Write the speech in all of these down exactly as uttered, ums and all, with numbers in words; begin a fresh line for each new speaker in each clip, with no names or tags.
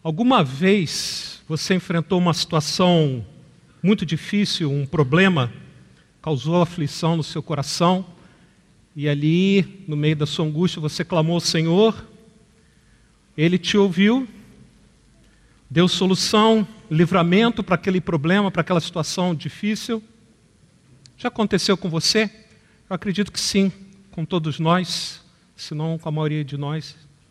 Alguma vez você enfrentou uma situação muito difícil, um problema, causou aflição no seu coração, e ali, no meio da sua angústia, você clamou ao Senhor, Ele te ouviu, deu solução, livramento para aquele problema, para aquela situação difícil? Já aconteceu com você? Eu acredito que sim, com todos nós, se não com a maioria de nós.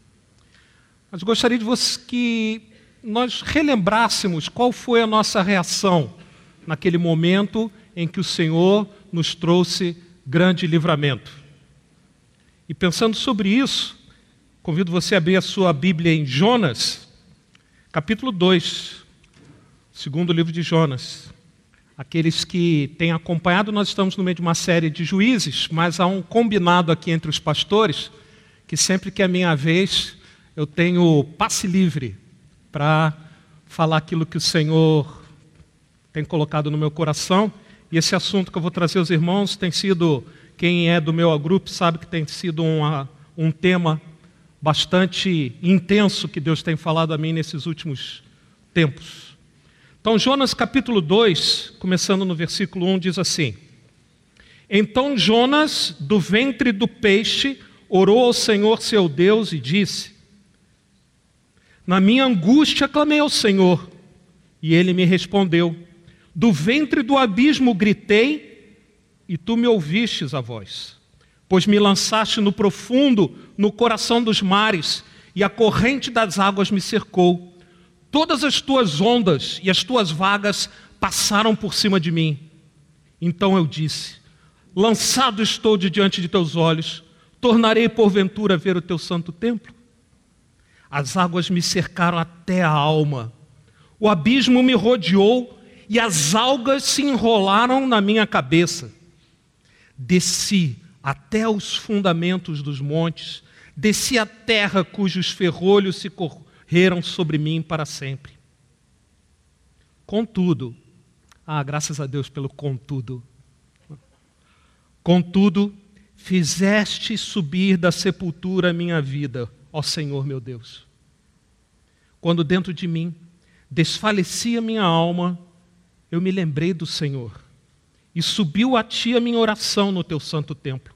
Mas gostaria de você que nós relembrássemos qual foi a nossa reação naquele momento em que o Senhor nos trouxe grande livramento. E pensando sobre isso, convido você a abrir a sua Bíblia em Jonas, capítulo dois, segundo livro de Jonas. Aqueles que têm acompanhado, nós estamos no meio de uma série de juízes, mas há um combinado aqui entre os pastores, que sempre que é minha vez, eu tenho passe livre para falar aquilo que o Senhor tem colocado no meu coração. E esse assunto que eu vou trazer aos irmãos tem sido, quem é do meu grupo sabe que tem sido uma, um tema bastante intenso que Deus tem falado a mim nesses últimos tempos. Então, Jonas capítulo dois, começando no versículo um, diz assim: Então Jonas, do ventre do peixe, orou ao Senhor seu Deus e disse: Na minha angústia clamei ao Senhor, e Ele me respondeu. Do ventre do abismo gritei, e tu me ouvistes a voz. Pois me lançaste no profundo, no coração dos mares, e a corrente das águas me cercou. Todas as tuas ondas e as tuas vagas passaram por cima de mim. Então eu disse: Lançado estou de diante de teus olhos, tornarei porventura a ver o teu santo templo? As águas me cercaram até a alma, o abismo me rodeou e as algas se enrolaram na minha cabeça. Desci até os fundamentos dos montes, desci à terra cujos ferrolhos se correram sobre mim para sempre. Contudo, ah, graças a Deus pelo contudo. Contudo, fizeste subir da sepultura a minha vida, ó Senhor meu Deus. Quando dentro de mim desfalecia minha alma, eu me lembrei do Senhor, e subiu a ti a minha oração no teu santo templo.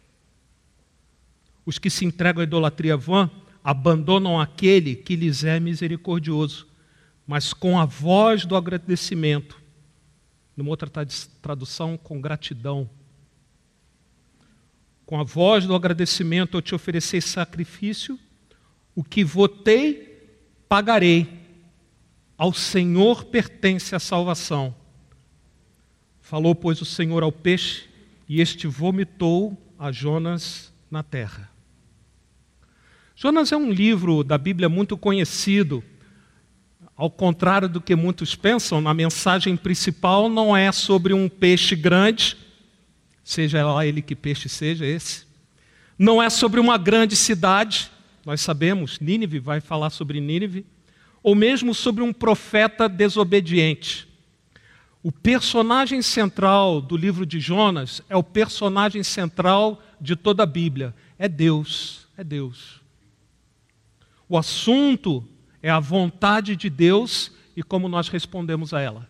Os que se entregam à idolatria vã abandonam aquele que lhes é misericordioso, mas com a voz do agradecimento, numa outra tradução, com gratidão. Com a voz do agradecimento eu te ofereci sacrifício, o que votei, pagarei. Ao Senhor pertence a salvação. Falou, pois, o Senhor ao peixe, e este vomitou a Jonas na terra. Jonas é um livro da Bíblia muito conhecido. Ao contrário do que muitos pensam, na mensagem principal não é sobre um peixe grande, seja lá ele que peixe seja esse. Não é sobre uma grande cidade, nós sabemos, Nínive vai falar sobre Nínive, ou mesmo sobre um profeta desobediente. O personagem central do livro de Jonas é o personagem central de toda a Bíblia. É Deus, é Deus. O assunto é a vontade de Deus e como nós respondemos a ela.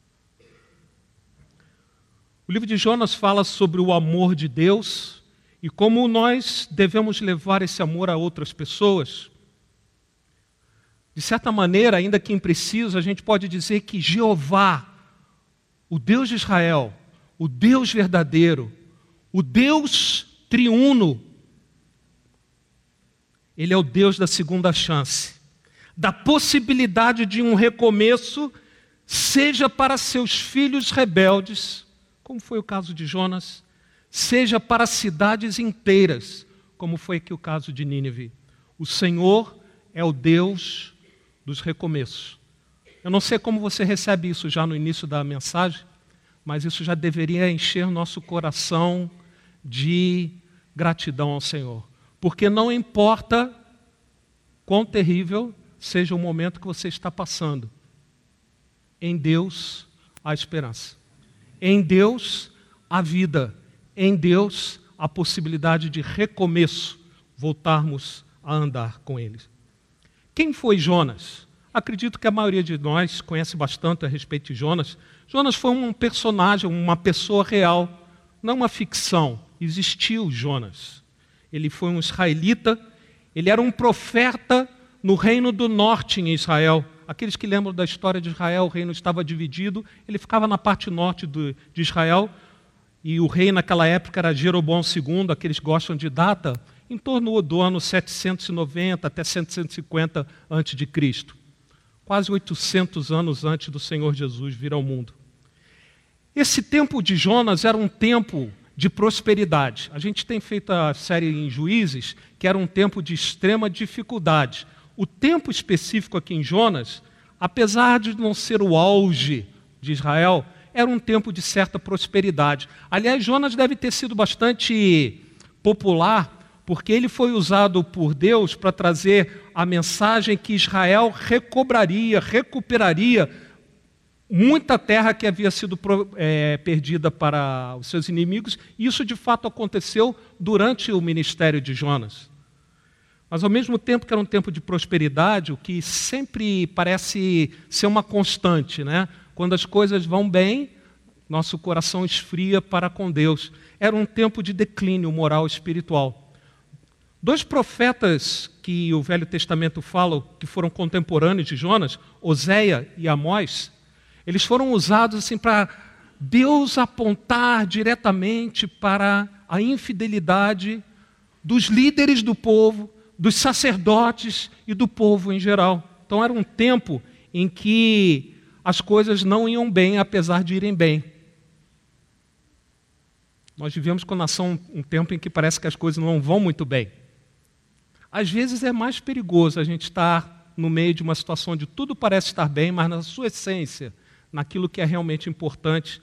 O livro de Jonas fala sobre o amor de Deus e como nós devemos levar esse amor a outras pessoas. De certa maneira, ainda que impreciso, a gente pode dizer que Jeová, o Deus de Israel, o Deus verdadeiro, o Deus triuno, Ele é o Deus da segunda chance, da possibilidade de um recomeço, seja para seus filhos rebeldes, como foi o caso de Jonas, seja para cidades inteiras, como foi aqui o caso de Nínive. O Senhor é o Deus dos recomeços. Eu não sei como você recebe isso já no início da mensagem, mas isso já deveria encher nosso coração de gratidão ao Senhor. Porque não importa quão terrível seja o momento que você está passando, em Deus há esperança. Em Deus há vida. Em Deus há possibilidade de recomeço, voltarmos a andar com Ele. Quem foi Jonas? acredito que a maioria de nós conhece bastante a respeito de Jonas. Jonas foi um personagem, uma pessoa real, não uma ficção. Existiu Jonas. Ele foi um israelita, ele era um profeta no reino do norte em Israel. Aqueles que lembram da história de Israel, o reino estava dividido, ele ficava na parte norte do, de Israel, e o rei naquela época era Jeroboão segundo, aqueles que gostam de data, em torno do ano setecentos e noventa até setecentos e cinquenta antes de Cristo. Quase oitocentos anos antes do Senhor Jesus vir ao mundo. Esse tempo de Jonas era um tempo de prosperidade. A gente tem feito a série em Juízes, que era um tempo de extrema dificuldade. O tempo específico aqui em Jonas, apesar de não ser o auge de Israel, era um tempo de certa prosperidade. Aliás, Jonas deve ter sido bastante popular, porque ele foi usado por Deus para trazer a mensagem que Israel recobraria, recuperaria muita terra que havia sido é, perdida para os seus inimigos. E isso, de fato, aconteceu durante o ministério de Jonas. Mas, ao mesmo tempo que era um tempo de prosperidade, o que sempre parece ser uma constante, né? Quando as coisas vão bem, nosso coração esfria para com Deus. Era um tempo de declínio moral e espiritual. Dois profetas que o Velho Testamento fala, que foram contemporâneos de Jonas, Oséia e Amós, eles foram usados assim para Deus apontar diretamente para a infidelidade dos líderes do povo, dos sacerdotes e do povo em geral. Então era um tempo em que as coisas não iam bem, apesar de irem bem. Nós vivemos com a nação um tempo em que parece que as coisas não vão muito bem. Às vezes é mais perigoso a gente estar no meio de uma situação onde tudo parece estar bem, mas na sua essência, naquilo que é realmente importante,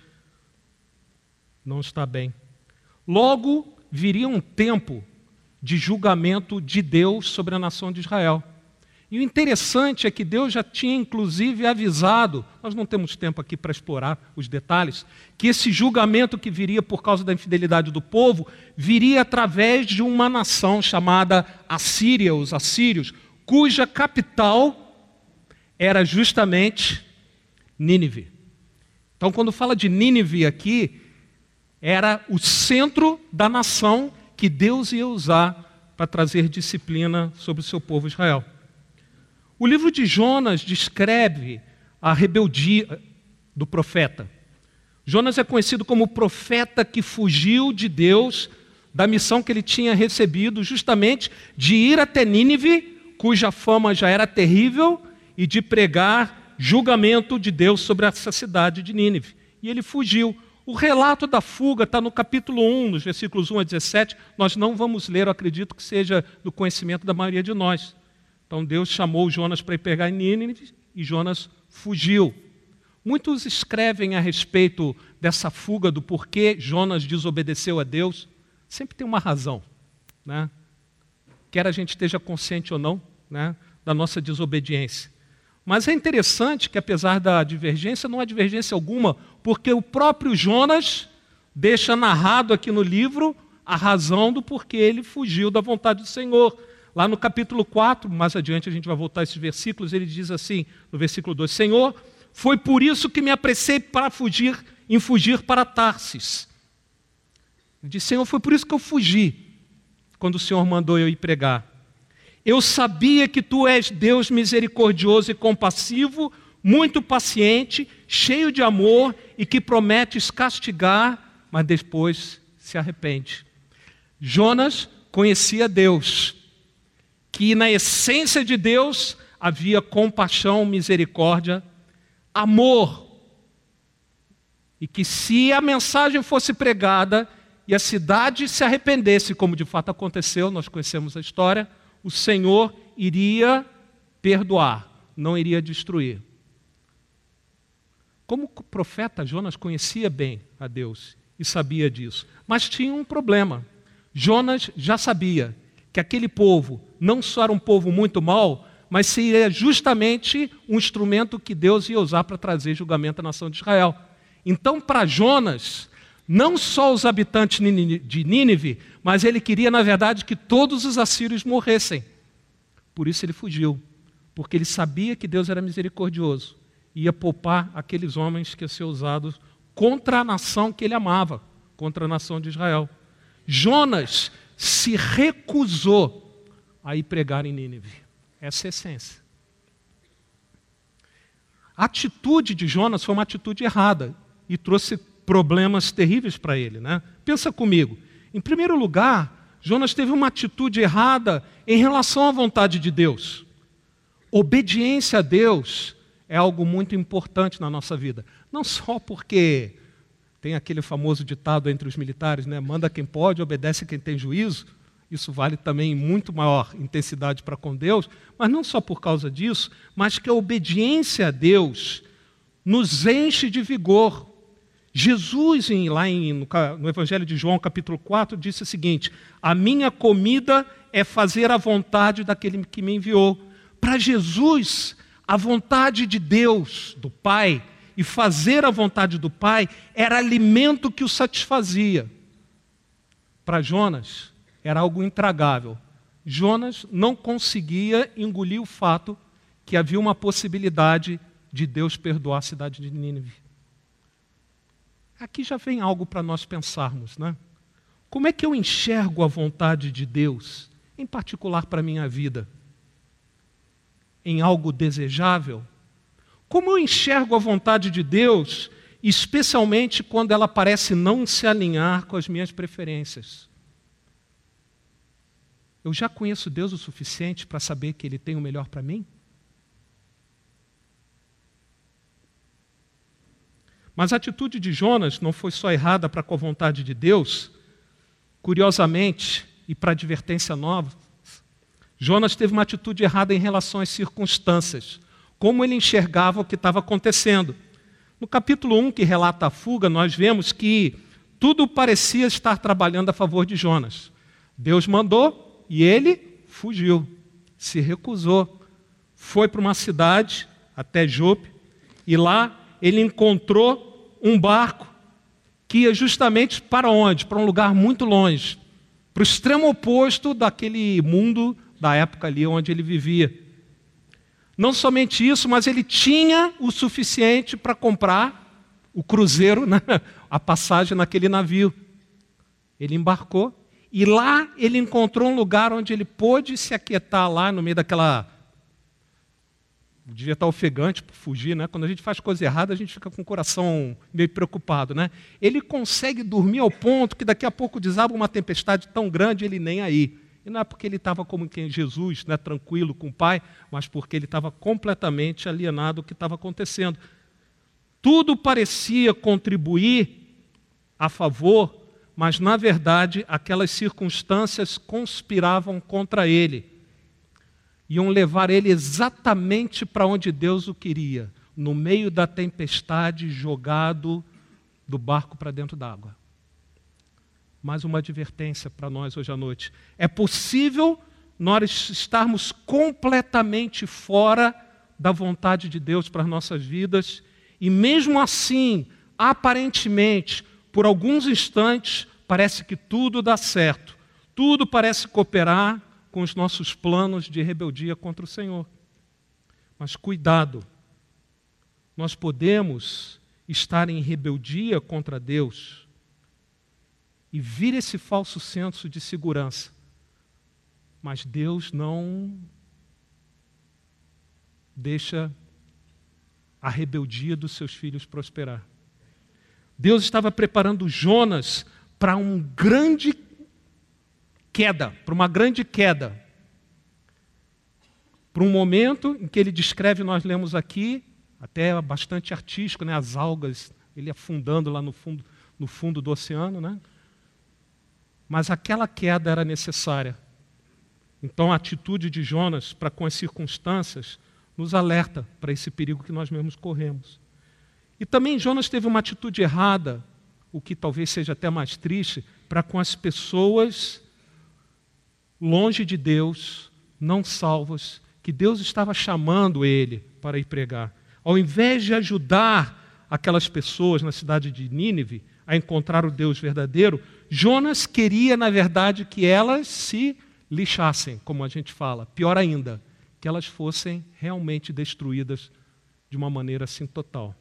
não está bem. Logo, viria um tempo de julgamento de Deus sobre a nação de Israel. E o interessante é que Deus já tinha inclusive avisado, nós não temos tempo aqui para explorar os detalhes, que esse julgamento que viria por causa da infidelidade do povo, viria através de uma nação chamada Assíria, os assírios, cuja capital era justamente Nínive. Então, quando fala de Nínive aqui, era o centro da nação que Deus ia usar para trazer disciplina sobre o seu povo Israel. O livro de Jonas descreve a rebeldia do profeta. Jonas é conhecido como o profeta que fugiu de Deus, da missão que ele tinha recebido, justamente de ir até Nínive, cuja fama já era terrível, e de pregar julgamento de Deus sobre essa cidade de Nínive. E ele fugiu. O relato da fuga está no capítulo um, nos versículos um a dezessete. Nós não vamos ler, eu acredito que seja do conhecimento da maioria de nós. Então Deus chamou Jonas para ir pegar em Nínive e Jonas fugiu. Muitos escrevem a respeito dessa fuga, do porquê Jonas desobedeceu a Deus. Sempre tem uma razão, né? Quer a gente esteja consciente ou não, né, da nossa desobediência. Mas é interessante que, apesar da divergência, não há divergência alguma, porque o próprio Jonas deixa narrado aqui no livro a razão do porquê ele fugiu da vontade do Senhor. Lá no capítulo quatro, mais adiante a gente vai voltar a esses versículos, ele diz assim, no versículo dois, Senhor, foi por isso que me apressei para fugir, em fugir para Tarsis. Ele diz, Senhor, foi por isso que eu fugi, quando o Senhor mandou eu ir pregar. Eu sabia que Tu és Deus misericordioso e compassivo, muito paciente, cheio de amor e que prometes castigar, mas depois se arrepende. Jonas conhecia Deus, que na essência de Deus havia compaixão, misericórdia, amor, e que se a mensagem fosse pregada e a cidade se arrependesse, como de fato aconteceu, nós conhecemos a história, o Senhor iria perdoar, não iria destruir. Como o profeta Jonas conhecia bem a Deus e sabia disso, mas tinha um problema. Jonas já sabia que aquele povo não só era um povo muito mau, mas seria justamente um instrumento que Deus ia usar para trazer julgamento à nação de Israel. Então, para Jonas, não só os habitantes de Nínive, mas ele queria, na verdade, que todos os assírios morressem. Por isso ele fugiu, porque ele sabia que Deus era misericordioso e ia poupar aqueles homens que iam ser usados contra a nação que ele amava, contra a nação de Israel. Jonas se recusou a ir pregar em Nínive. Essa é a essência. A atitude de Jonas foi uma atitude errada e trouxe problemas terríveis para ele, né? Pensa comigo. Em primeiro lugar, Jonas teve uma atitude errada em relação à vontade de Deus. Obediência a Deus é algo muito importante na nossa vida. Não só porque tem aquele famoso ditado entre os militares, né? Manda quem pode, obedece quem tem juízo. Isso vale também em muito maior intensidade para com Deus, mas não só por causa disso, mas que a obediência a Deus nos enche de vigor. Jesus, em, lá em, no, no Evangelho de João, capítulo quatro, disse o seguinte: a minha comida é fazer a vontade daquele que me enviou. Para Jesus, a vontade de Deus, do Pai, e fazer a vontade do Pai era alimento que o satisfazia. Para Jonas, era algo intragável. Jonas não conseguia engolir o fato que havia uma possibilidade de Deus perdoar a cidade de Nínive. Aqui já vem algo para nós pensarmos, né? Como é que eu enxergo a vontade de Deus, em particular para a minha vida? Em algo desejável? Como eu enxergo a vontade de Deus, especialmente quando ela parece não se alinhar com as minhas preferências? Eu já conheço Deus o suficiente para saber que Ele tem o melhor para mim? Mas a atitude de Jonas não foi só errada para com a vontade de Deus. Curiosamente, e para advertência nova, Jonas teve uma atitude errada em relação às circunstâncias, como ele enxergava o que estava acontecendo. No capítulo um, que relata a fuga, nós vemos que tudo parecia estar trabalhando a favor de Jonas. Deus mandou e ele fugiu, se recusou. Foi para uma cidade, até Jope, e lá ele encontrou um barco que ia justamente para onde? Para um lugar muito longe, para o extremo oposto daquele mundo da época ali onde ele vivia. Não somente isso, mas ele tinha o suficiente para comprar o cruzeiro, né? A passagem naquele navio. Ele embarcou e lá ele encontrou um lugar onde ele pôde se aquietar lá no meio daquela... Devia estar ofegante para fugir, né? Quando a gente faz coisa errada, a gente fica com o coração meio preocupado, né? Ele consegue dormir ao ponto que daqui a pouco desaba uma tempestade tão grande, ele nem aí. E não é porque ele estava como quem Jesus, né, tranquilo com o Pai, mas porque ele estava completamente alienado do que estava acontecendo. Tudo parecia contribuir a favor, mas na verdade aquelas circunstâncias conspiravam contra ele. Iam levar ele exatamente para onde Deus o queria, no meio da tempestade, jogado do barco para dentro d'água. Mais uma advertência para nós hoje à noite. É possível nós estarmos completamente fora da vontade de Deus para as nossas vidas e mesmo assim, aparentemente, por alguns instantes, parece que tudo dá certo. Tudo parece cooperar com os nossos planos de rebeldia contra o Senhor. Mas cuidado, nós podemos estar em rebeldia contra Deus e vir esse falso senso de segurança. Mas Deus não deixa a rebeldia dos seus filhos prosperar. Deus estava preparando Jonas para um grande queda, para uma grande queda. Para um momento em que ele descreve, nós lemos aqui, até bastante artístico, né? As algas, ele afundando lá no fundo, no fundo do oceano, né? Mas aquela queda era necessária. Então a atitude de Jonas para com as circunstâncias nos alerta para esse perigo que nós mesmos corremos. E também Jonas teve uma atitude errada, o que talvez seja até mais triste, para com as pessoas longe de Deus, não salvas, que Deus estava chamando ele para ir pregar. Ao invés de ajudar aquelas pessoas na cidade de Nínive a encontrar o Deus verdadeiro, Jonas queria, na verdade, que elas se lixassem, como a gente fala. Pior ainda, que elas fossem realmente destruídas de uma maneira assim total.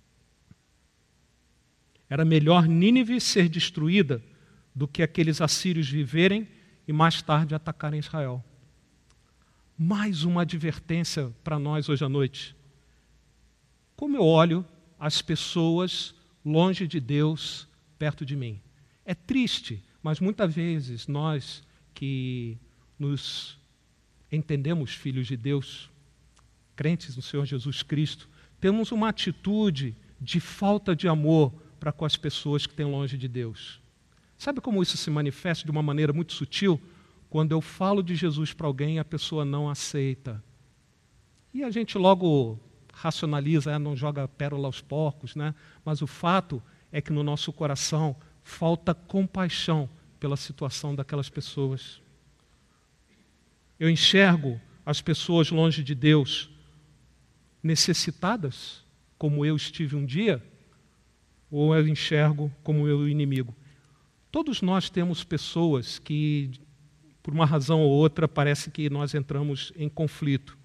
Era melhor Nínive ser destruída do que aqueles assírios viverem e mais tarde atacarem Israel. Mais uma advertência para nós hoje à noite. Como eu olho as pessoas longe de Deus perto de mim? É triste, mas muitas vezes nós que nos entendemos filhos de Deus, crentes no Senhor Jesus Cristo, temos uma atitude de falta de amor para com as pessoas que têm longe de Deus. Sabe como isso se manifesta de uma maneira muito sutil? Quando eu falo de Jesus para alguém e a pessoa não aceita. E a gente logo racionaliza, é, não joga pérola aos porcos, né? Mas o fato é que no nosso coração falta compaixão pela situação daquelas pessoas. Eu enxergo as pessoas longe de Deus necessitadas, como eu estive um dia, ou eu enxergo como eu inimigo. Todos nós temos pessoas que, por uma razão ou outra, parece que nós entramos em conflito.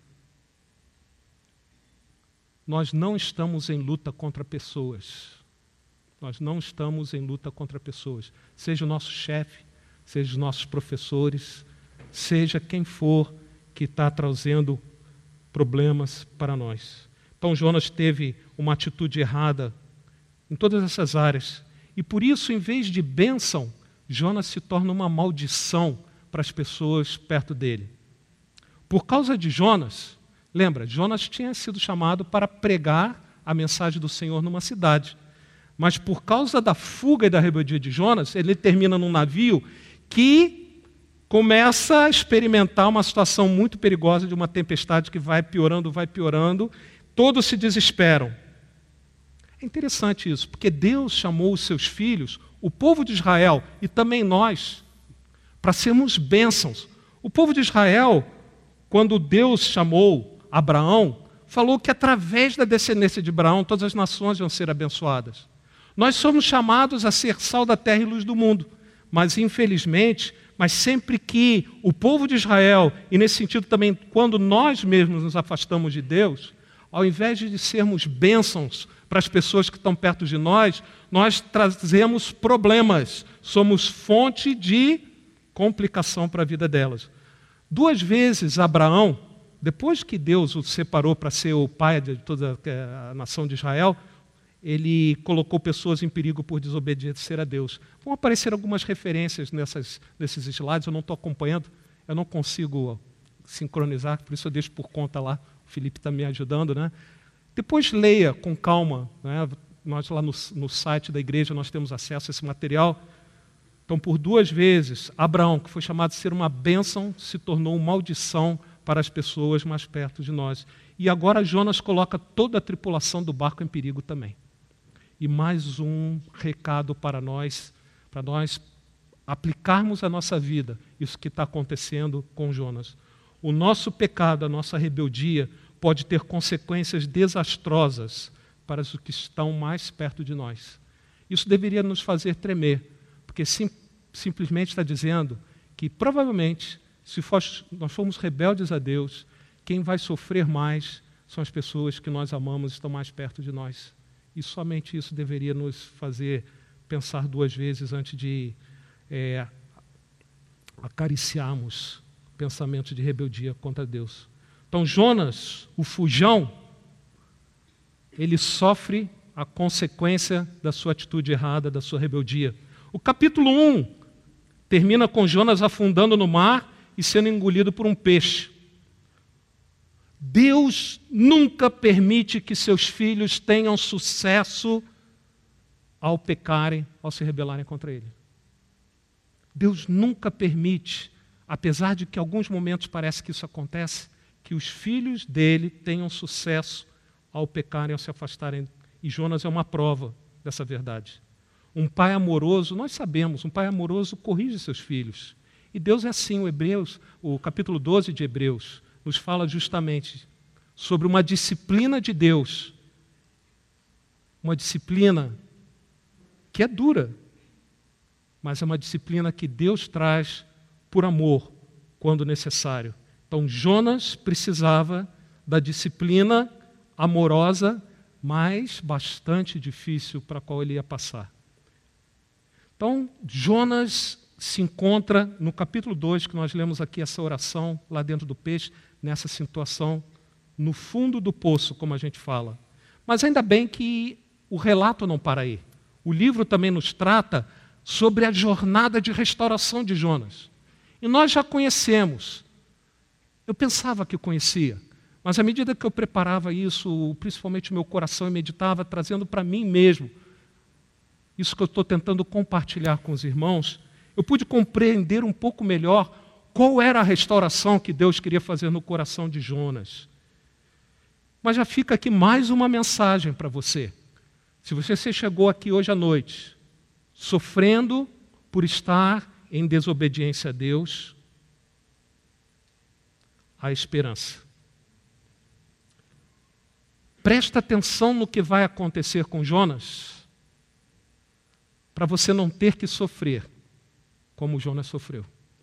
Nós não estamos em luta contra pessoas. Nós não estamos em luta contra pessoas. Seja o nosso chefe, seja os nossos professores, seja quem for que está trazendo problemas para nós. Então Jonas teve uma atitude errada em todas essas áreas. E por isso, em vez de bênção, Jonas se torna uma maldição para as pessoas perto dele. Por causa de Jonas, lembra, Jonas tinha sido chamado para pregar a mensagem do Senhor numa cidade. Mas por causa da fuga e da rebeldia de Jonas, ele termina num navio que começa a experimentar uma situação muito perigosa de uma tempestade que vai piorando, vai piorando, todos se desesperam. É interessante isso, porque Deus chamou os seus filhos, o povo de Israel e também nós, para sermos bênçãos. O povo de Israel, quando Deus chamou Abraão, falou que através da descendência de Abraão todas as nações iam ser abençoadas. Nós somos chamados a ser sal da terra e luz do mundo, mas infelizmente, mas sempre que o povo de Israel, e nesse sentido também quando nós mesmos nos afastamos de Deus, ao invés de sermos bênçãos para as pessoas que estão perto de nós, nós trazemos problemas, somos fonte de complicação para a vida delas. Duas vezes Abraão, depois que Deus o separou para ser o pai de toda a nação de Israel, ele colocou pessoas em perigo por desobedecer a Deus. Vão aparecer algumas referências nessas, nesses slides, eu não estou acompanhando, eu não consigo sincronizar, por isso eu deixo por conta lá, o Felipe está me ajudando, né? Depois leia com calma, né? Nós lá no, no site da igreja nós temos acesso a esse material. Então, por duas vezes, Abraão, que foi chamado de ser uma bênção, se tornou uma maldição para as pessoas mais perto de nós. E agora Jonas coloca toda a tripulação do barco em perigo também. E mais um recado para nós, para nós aplicarmos à nossa vida isso que está acontecendo com Jonas. O nosso pecado, a nossa rebeldia, pode ter consequências desastrosas para os que estão mais perto de nós. Isso deveria nos fazer tremer, porque sim, simplesmente está dizendo que provavelmente, se for, nós formos rebeldes a Deus, quem vai sofrer mais são as pessoas que nós amamos e estão mais perto de nós. E somente isso deveria nos fazer pensar duas vezes antes de é, acariciarmos pensamentos de rebeldia contra Deus. Então Jonas, o fujão, ele sofre a consequência da sua atitude errada, da sua rebeldia. O capítulo um termina com Jonas afundando no mar e sendo engolido por um peixe. Deus nunca permite que seus filhos tenham sucesso ao pecarem, ao se rebelarem contra Ele. Deus nunca permite, apesar de que em alguns momentos parece que isso acontece, que os filhos dele tenham sucesso ao pecarem, ao se afastarem. E Jonas é uma prova dessa verdade. Um pai amoroso, nós sabemos, um pai amoroso corrige seus filhos. E Deus é assim, o Hebreus, o capítulo doze de Hebreus, nos fala justamente sobre uma disciplina de Deus. Uma disciplina que é dura, mas é uma disciplina que Deus traz por amor, quando necessário. Então, Jonas precisava da disciplina amorosa, mas bastante difícil para a qual ele ia passar. Então, Jonas se encontra no capítulo dois, que nós lemos aqui essa oração, lá dentro do peixe, nessa situação, no fundo do poço, como a gente fala. Mas ainda bem que o relato não para aí. O livro também nos trata sobre a jornada de restauração de Jonas. E nós já conhecemos. Eu pensava que conhecia, mas à medida que eu preparava isso, principalmente o meu coração, e meditava, trazendo para mim mesmo, isso que eu estou tentando compartilhar com os irmãos, eu pude compreender um pouco melhor qual era a restauração que Deus queria fazer no coração de Jonas. Mas já fica aqui mais uma mensagem para você. Se você chegou aqui hoje à noite, sofrendo por estar em desobediência a Deus, há esperança. Presta atenção no que vai acontecer com Jonas, para você não ter que sofrer como Jonas sofreu.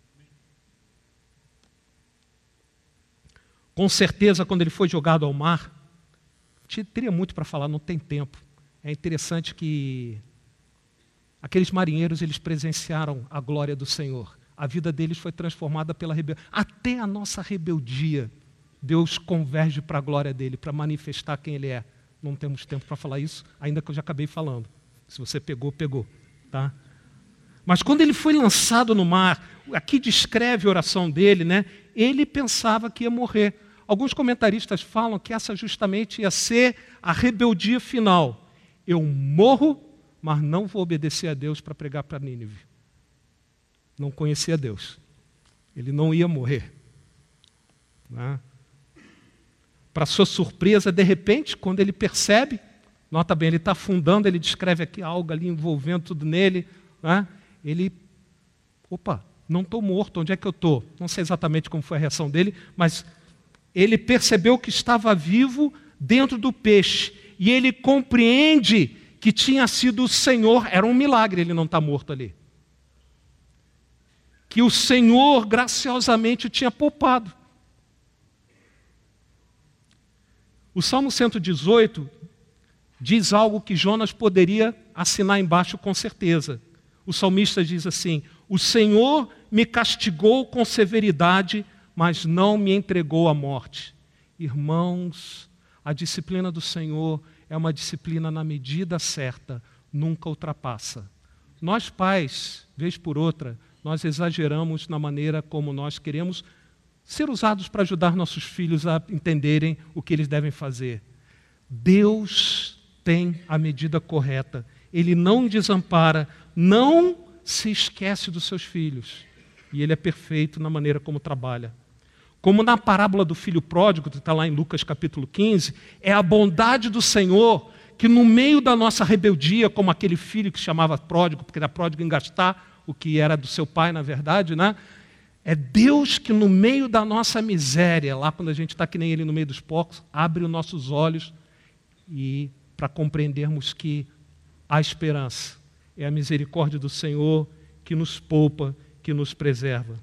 Com certeza, quando ele foi jogado ao mar, teria muito para falar, não tem tempo. É interessante que aqueles marinheiros, eles presenciaram a glória do Senhor. A vida deles foi transformada pela rebeldia. Até a nossa rebeldia, Deus converge para a glória dele, para manifestar quem ele é. Não temos tempo para falar isso, ainda que eu já acabei falando. Se você pegou, pegou. Tá? Mas quando ele foi lançado no mar, aqui descreve a oração dele, né? Ele pensava que ia morrer. Alguns comentaristas falam que essa justamente ia ser a rebeldia final. Eu morro, mas não vou obedecer a Deus para pregar para Nínive. Não conhecia Deus. Ele não ia morrer. Né? Para sua surpresa, de repente, quando ele percebe, nota bem, ele está afundando, ele descreve aqui algo ali envolvendo tudo nele, né? Ele, opa, não estou morto, onde é que eu estou? Não sei exatamente como foi a reação dele, mas ele percebeu que estava vivo dentro do peixe, e ele compreende que tinha sido o Senhor, era um milagre ele não estar morto ali. Que o Senhor graciosamente o tinha poupado. O Salmo cento e dezoito diz algo que Jonas poderia assinar embaixo com certeza. O salmista diz assim: o Senhor me castigou com severidade, mas não me entregou à morte. Irmãos, a disciplina do Senhor é uma disciplina na medida certa, nunca ultrapassa. Nós pais, vez por outra, nós exageramos na maneira como nós queremos ser usados para ajudar nossos filhos a entenderem o que eles devem fazer. Deus tem a medida correta. Ele não desampara, não se esquece dos seus filhos. E Ele é perfeito na maneira como trabalha. Como na parábola do filho pródigo, que está lá em Lucas capítulo quinze, é a bondade do Senhor que no meio da nossa rebeldia, como aquele filho que se chamava pródigo, porque era pródigo em gastar o que era do seu pai, na verdade, né? É Deus que no meio da nossa miséria, lá quando a gente está que nem Ele no meio dos porcos, abre os nossos olhos e para compreendermos que há esperança. É a misericórdia do Senhor que nos poupa, que nos preserva.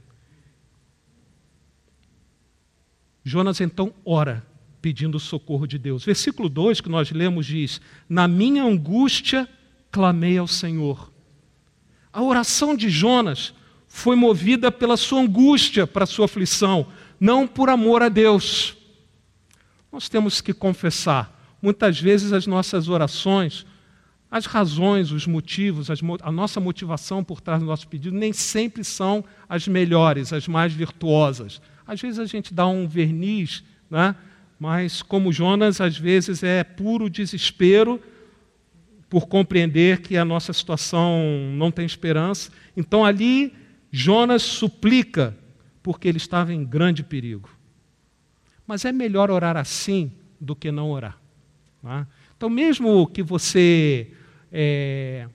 Jonas então ora, pedindo o socorro de Deus. Versículo dois que nós lemos diz: na minha angústia clamei ao Senhor. A oração de Jonas foi movida pela sua angústia, para a sua aflição, não por amor a Deus. Nós temos que confessar, muitas vezes as nossas orações, as razões, os motivos, as, a nossa motivação por trás do nosso pedido nem sempre são as melhores, as mais virtuosas. Às vezes a gente dá um verniz, né? Mas como Jonas, às vezes é puro desespero por compreender que a nossa situação não tem esperança. Então ali Jonas suplica porque ele estava em grande perigo. Mas é melhor orar assim do que não orar. Né? Então mesmo que você é,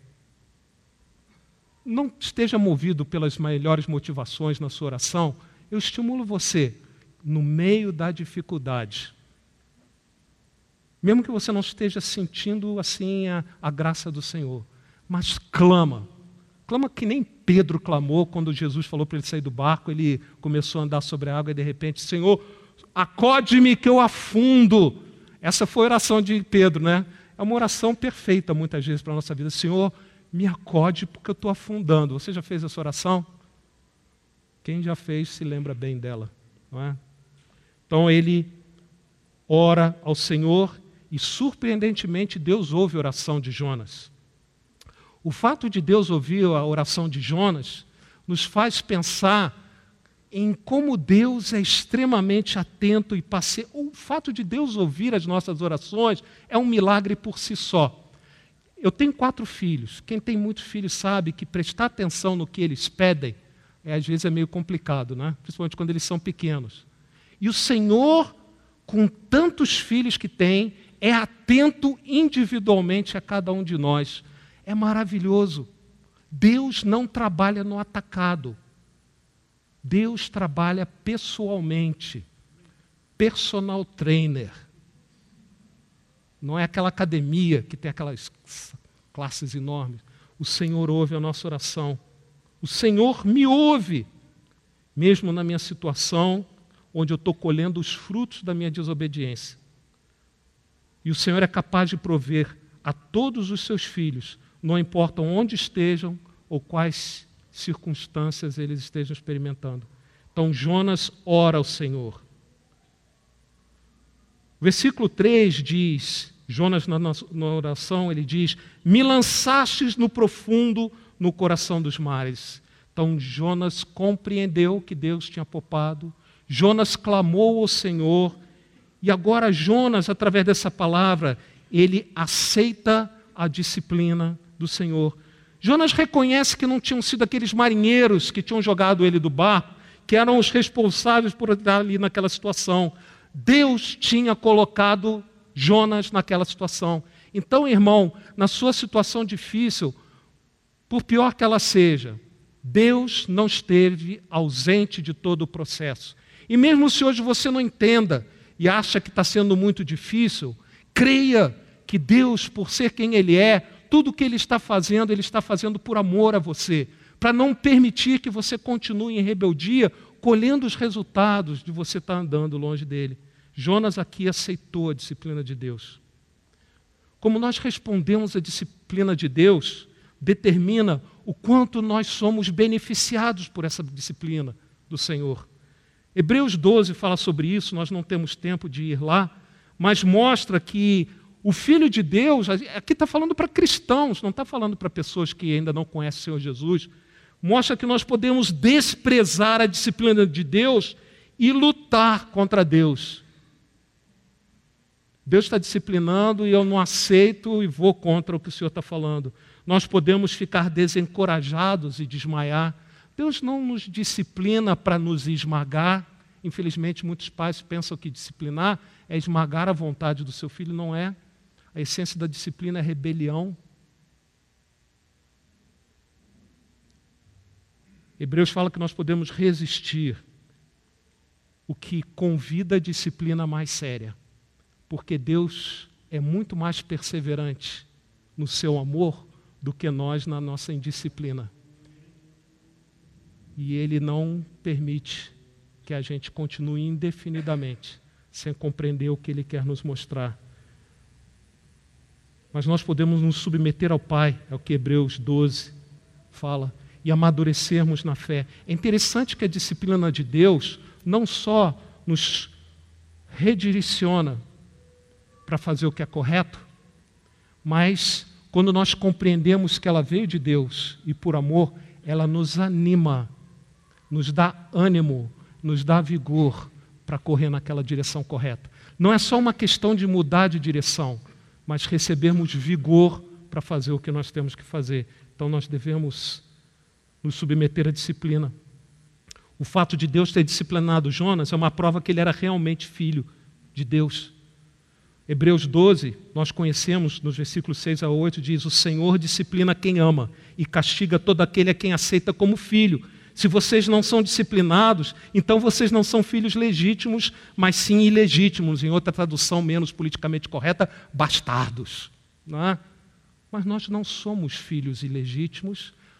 não esteja movido pelas melhores motivações na sua oração, eu estimulo você, no meio da dificuldade, mesmo que você não esteja sentindo assim a, a graça do Senhor, mas clama, Clama que nem Pedro clamou quando Jesus falou para ele sair do barco, ele começou a andar sobre a água e de repente, Senhor, acode-me que eu afundo. Essa foi a oração de Pedro, né? É uma oração perfeita muitas vezes para a nossa vida. Senhor, me acode porque eu estou afundando. Você já fez essa oração? Quem já fez se lembra bem dela, não é? Então ele ora ao Senhor e surpreendentemente Deus ouve a oração de Jonas. O fato de Deus ouvir a oração de Jonas nos faz pensar em como Deus é extremamente atento e paciente. O fato de Deus ouvir as nossas orações é um milagre por si só. Eu tenho quatro filhos. Quem tem muitos filhos sabe que prestar atenção no que eles pedem é, às vezes é meio complicado, né? Principalmente quando eles são pequenos. E o Senhor, com tantos filhos que tem, é atento individualmente a cada um de nós. É maravilhoso. Deus não trabalha no atacado. Deus trabalha pessoalmente. Personal trainer. Não é aquela academia que tem aquelas classes enormes. O Senhor ouve a nossa oração. O Senhor me ouve, mesmo na minha situação, onde eu estou colhendo os frutos da minha desobediência. E o Senhor é capaz de prover a todos os seus filhos, não importa onde estejam ou quais circunstâncias eles estejam experimentando. Então Jonas ora ao Senhor. O versículo três diz, Jonas na, na oração, ele diz, me lançastes no profundo, no coração dos mares. Então Jonas compreendeu que Deus tinha poupado, Jonas clamou ao Senhor, e agora Jonas, através dessa palavra, ele aceita a disciplina do Senhor. Jonas reconhece que não tinham sido aqueles marinheiros que tinham jogado ele do barco, que eram os responsáveis por estar ali naquela situação. Deus tinha colocado Jonas naquela situação. Então, irmão, na sua situação difícil, por pior que ela seja, Deus não esteve ausente de todo o processo. E mesmo se hoje você não entenda e acha que está sendo muito difícil, creia que Deus, por ser quem Ele é, tudo o que Ele está fazendo, Ele está fazendo por amor a você, para não permitir que você continue em rebeldia, colhendo os resultados de você estar andando longe dEle. Jonas aqui aceitou a disciplina de Deus. Como nós respondemos à disciplina de Deus, determina o quanto nós somos beneficiados por essa disciplina do Senhor. Hebreus doze fala sobre isso, nós não temos tempo de ir lá, mas mostra que o Filho de Deus, aqui está falando para cristãos, não está falando para pessoas que ainda não conhecem o Senhor Jesus, mostra que nós podemos desprezar a disciplina de Deus e lutar contra Deus. Deus está disciplinando e eu não aceito e vou contra o que o Senhor está falando. Nós podemos ficar desencorajados e desmaiar. Deus não nos disciplina para nos esmagar. Infelizmente, muitos pais pensam que disciplinar é esmagar a vontade do seu filho. Não é. A essência da disciplina é rebelião. Hebreus fala que nós podemos resistir, o que convida a disciplina mais séria. Porque Deus é muito mais perseverante no seu amor do que nós na nossa indisciplina. E Ele não permite que a gente continue indefinidamente sem compreender o que Ele quer nos mostrar. Mas nós podemos nos submeter ao Pai, é o que Hebreus doze fala, e amadurecermos na fé. É interessante que a disciplina de Deus não só nos redireciona para fazer o que é correto, mas quando nós compreendemos que ela veio de Deus e por amor, ela nos anima, nos dá ânimo, nos dá vigor para correr naquela direção correta. Não é só uma questão de mudar de direção, mas recebermos vigor para fazer o que nós temos que fazer. Então nós devemos nos submeter à disciplina. O fato de Deus ter disciplinado Jonas é uma prova que ele era realmente filho de Deus. Hebreus doze, nós conhecemos, nos versículos seis a oito, diz: o Senhor disciplina quem ama e castiga todo aquele a quem aceita como filho. Se vocês não são disciplinados, então vocês não são filhos legítimos, mas sim ilegítimos. Em outra tradução menos politicamente correta, bastardos. Não é? Mas nós não somos filhos ilegítimos,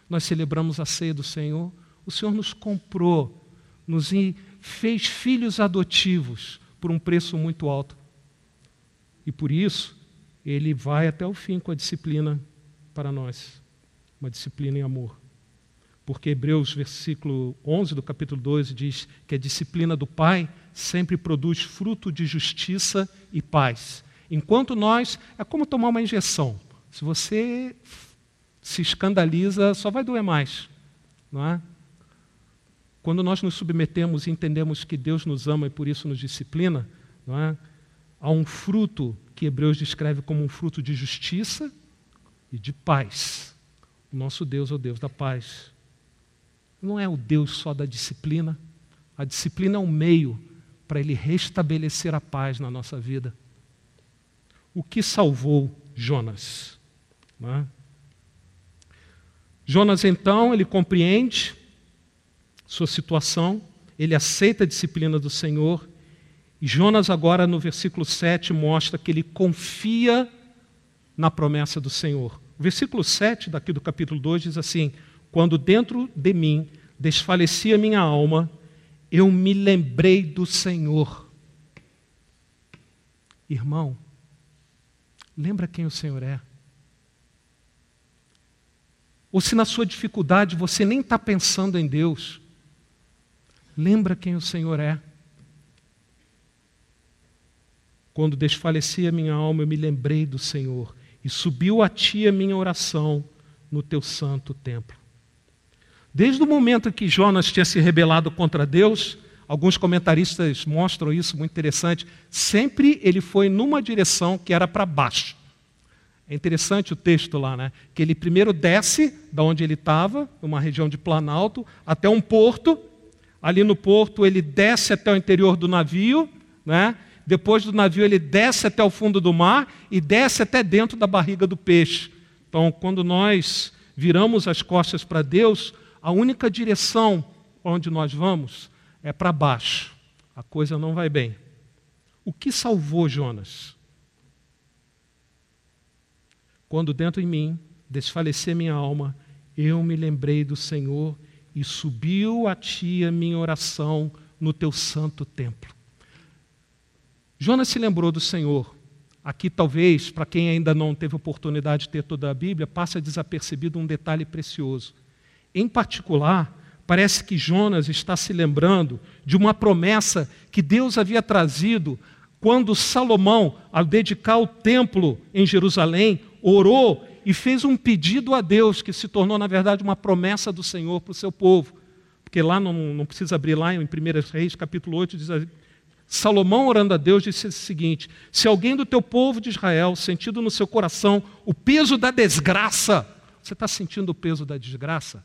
nós celebramos a ceia do Senhor, o Senhor nos comprou, nos fez filhos adotivos por um preço muito alto. E por isso, Ele vai até o fim com a disciplina para nós, uma disciplina em amor. Porque Hebreus, versículo onze do capítulo doze, diz que a disciplina do Pai sempre produz fruto de justiça e paz. Enquanto nós, é como tomar uma injeção. Se você se escandaliza, só vai doer mais, não é? Quando nós nos submetemos e entendemos que Deus nos ama e por isso nos disciplina, não é? Há um fruto que Hebreus descreve como um fruto de justiça e de paz. O nosso Deus é o Deus da paz. Não é o Deus só da disciplina. A disciplina é um meio para Ele restabelecer a paz na nossa vida. O que salvou Jonas? Não é? Jonas, então, ele compreende sua situação, ele aceita a disciplina do Senhor, e Jonas agora no versículo sete mostra que ele confia na promessa do Senhor. O versículo sete daqui do capítulo dois diz assim: quando dentro de mim desfalecia minha alma, eu me lembrei do Senhor. Irmão, lembra quem o Senhor é? Ou se na sua dificuldade você nem está pensando em Deus, lembra quem o Senhor é. Quando desfalecia minha alma, eu me lembrei do Senhor, e subiu a ti a minha oração no teu santo templo. Desde o momento que Jonas tinha se rebelado contra Deus, alguns comentaristas mostram isso, muito interessante, sempre ele foi numa direção que era para baixo. É interessante o texto lá, né? Que ele primeiro desce da onde ele estava, numa região de Planalto, até um porto. Ali no porto ele desce até o interior do navio, né? Depois do navio ele desce até o fundo do mar e desce até dentro da barriga do peixe. Então, quando nós viramos as costas para Deus, a única direção onde nós vamos é para baixo. A coisa não vai bem. O que salvou Jonas? Quando dentro em mim desfalecer minha alma, eu me lembrei do Senhor e subiu a ti a minha oração no teu santo templo. Jonas se lembrou do Senhor. Aqui talvez, para quem ainda não teve oportunidade de ter toda a Bíblia, passa desapercebido um detalhe precioso. Em particular, parece que Jonas está se lembrando de uma promessa que Deus havia trazido quando Salomão, ao dedicar o templo em Jerusalém, orou e fez um pedido a Deus, que se tornou, na verdade, uma promessa do Senhor para o seu povo. Porque lá, não, não precisa abrir lá, em primeiro Reis, capítulo oito, diz assim, Salomão, orando a Deus, disse o seguinte: se alguém do teu povo de Israel, sentindo no seu coração o peso da desgraça, você está sentindo o peso da desgraça?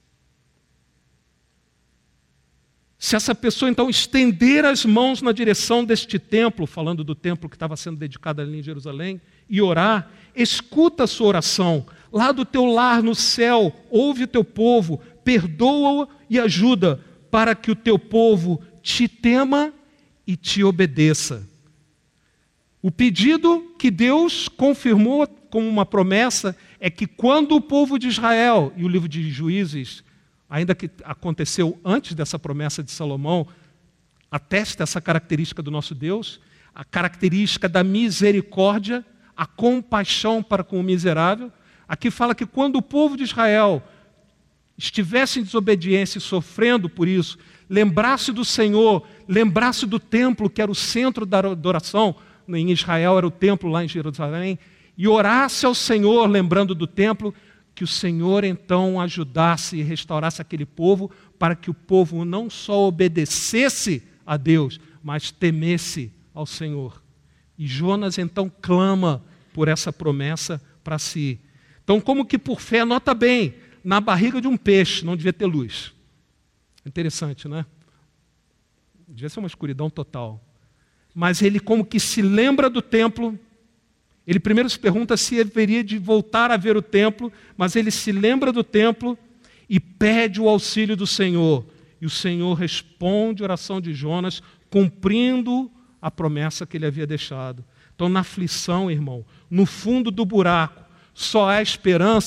Se essa pessoa, então, estender as mãos na direção deste templo, falando do templo que estava sendo dedicado ali em Jerusalém, e orar, escuta a sua oração, lá do teu lar no céu, ouve o teu povo, perdoa-o e ajuda, para que o teu povo te tema e te obedeça. O pedido que Deus confirmou como uma promessa é que quando o povo de Israel, e o livro de Juízes, ainda que aconteceu antes dessa promessa de Salomão, atesta essa característica do nosso Deus, a característica da misericórdia, a compaixão para com o miserável. Aqui fala que quando o povo de Israel estivesse em desobediência e sofrendo por isso, lembrasse do Senhor, lembrasse do templo, que era o centro da adoração, em Israel era o templo lá em Jerusalém, e orasse ao Senhor, lembrando do templo, que o Senhor então ajudasse e restaurasse aquele povo, para que o povo não só obedecesse a Deus, mas temesse ao Senhor. E Jonas então clama por essa promessa para si. Então, como que por fé, nota bem, na barriga de um peixe não devia ter luz. Interessante, né? Devia ser uma escuridão total. Mas ele como que se lembra do templo. Ele primeiro se pergunta se haveria de voltar a ver o templo, mas ele se lembra do templo e pede o auxílio do Senhor. E o Senhor responde a oração de Jonas, cumprindo a promessa que ele havia deixado. Então, na aflição, irmão, no fundo do buraco, só há esperança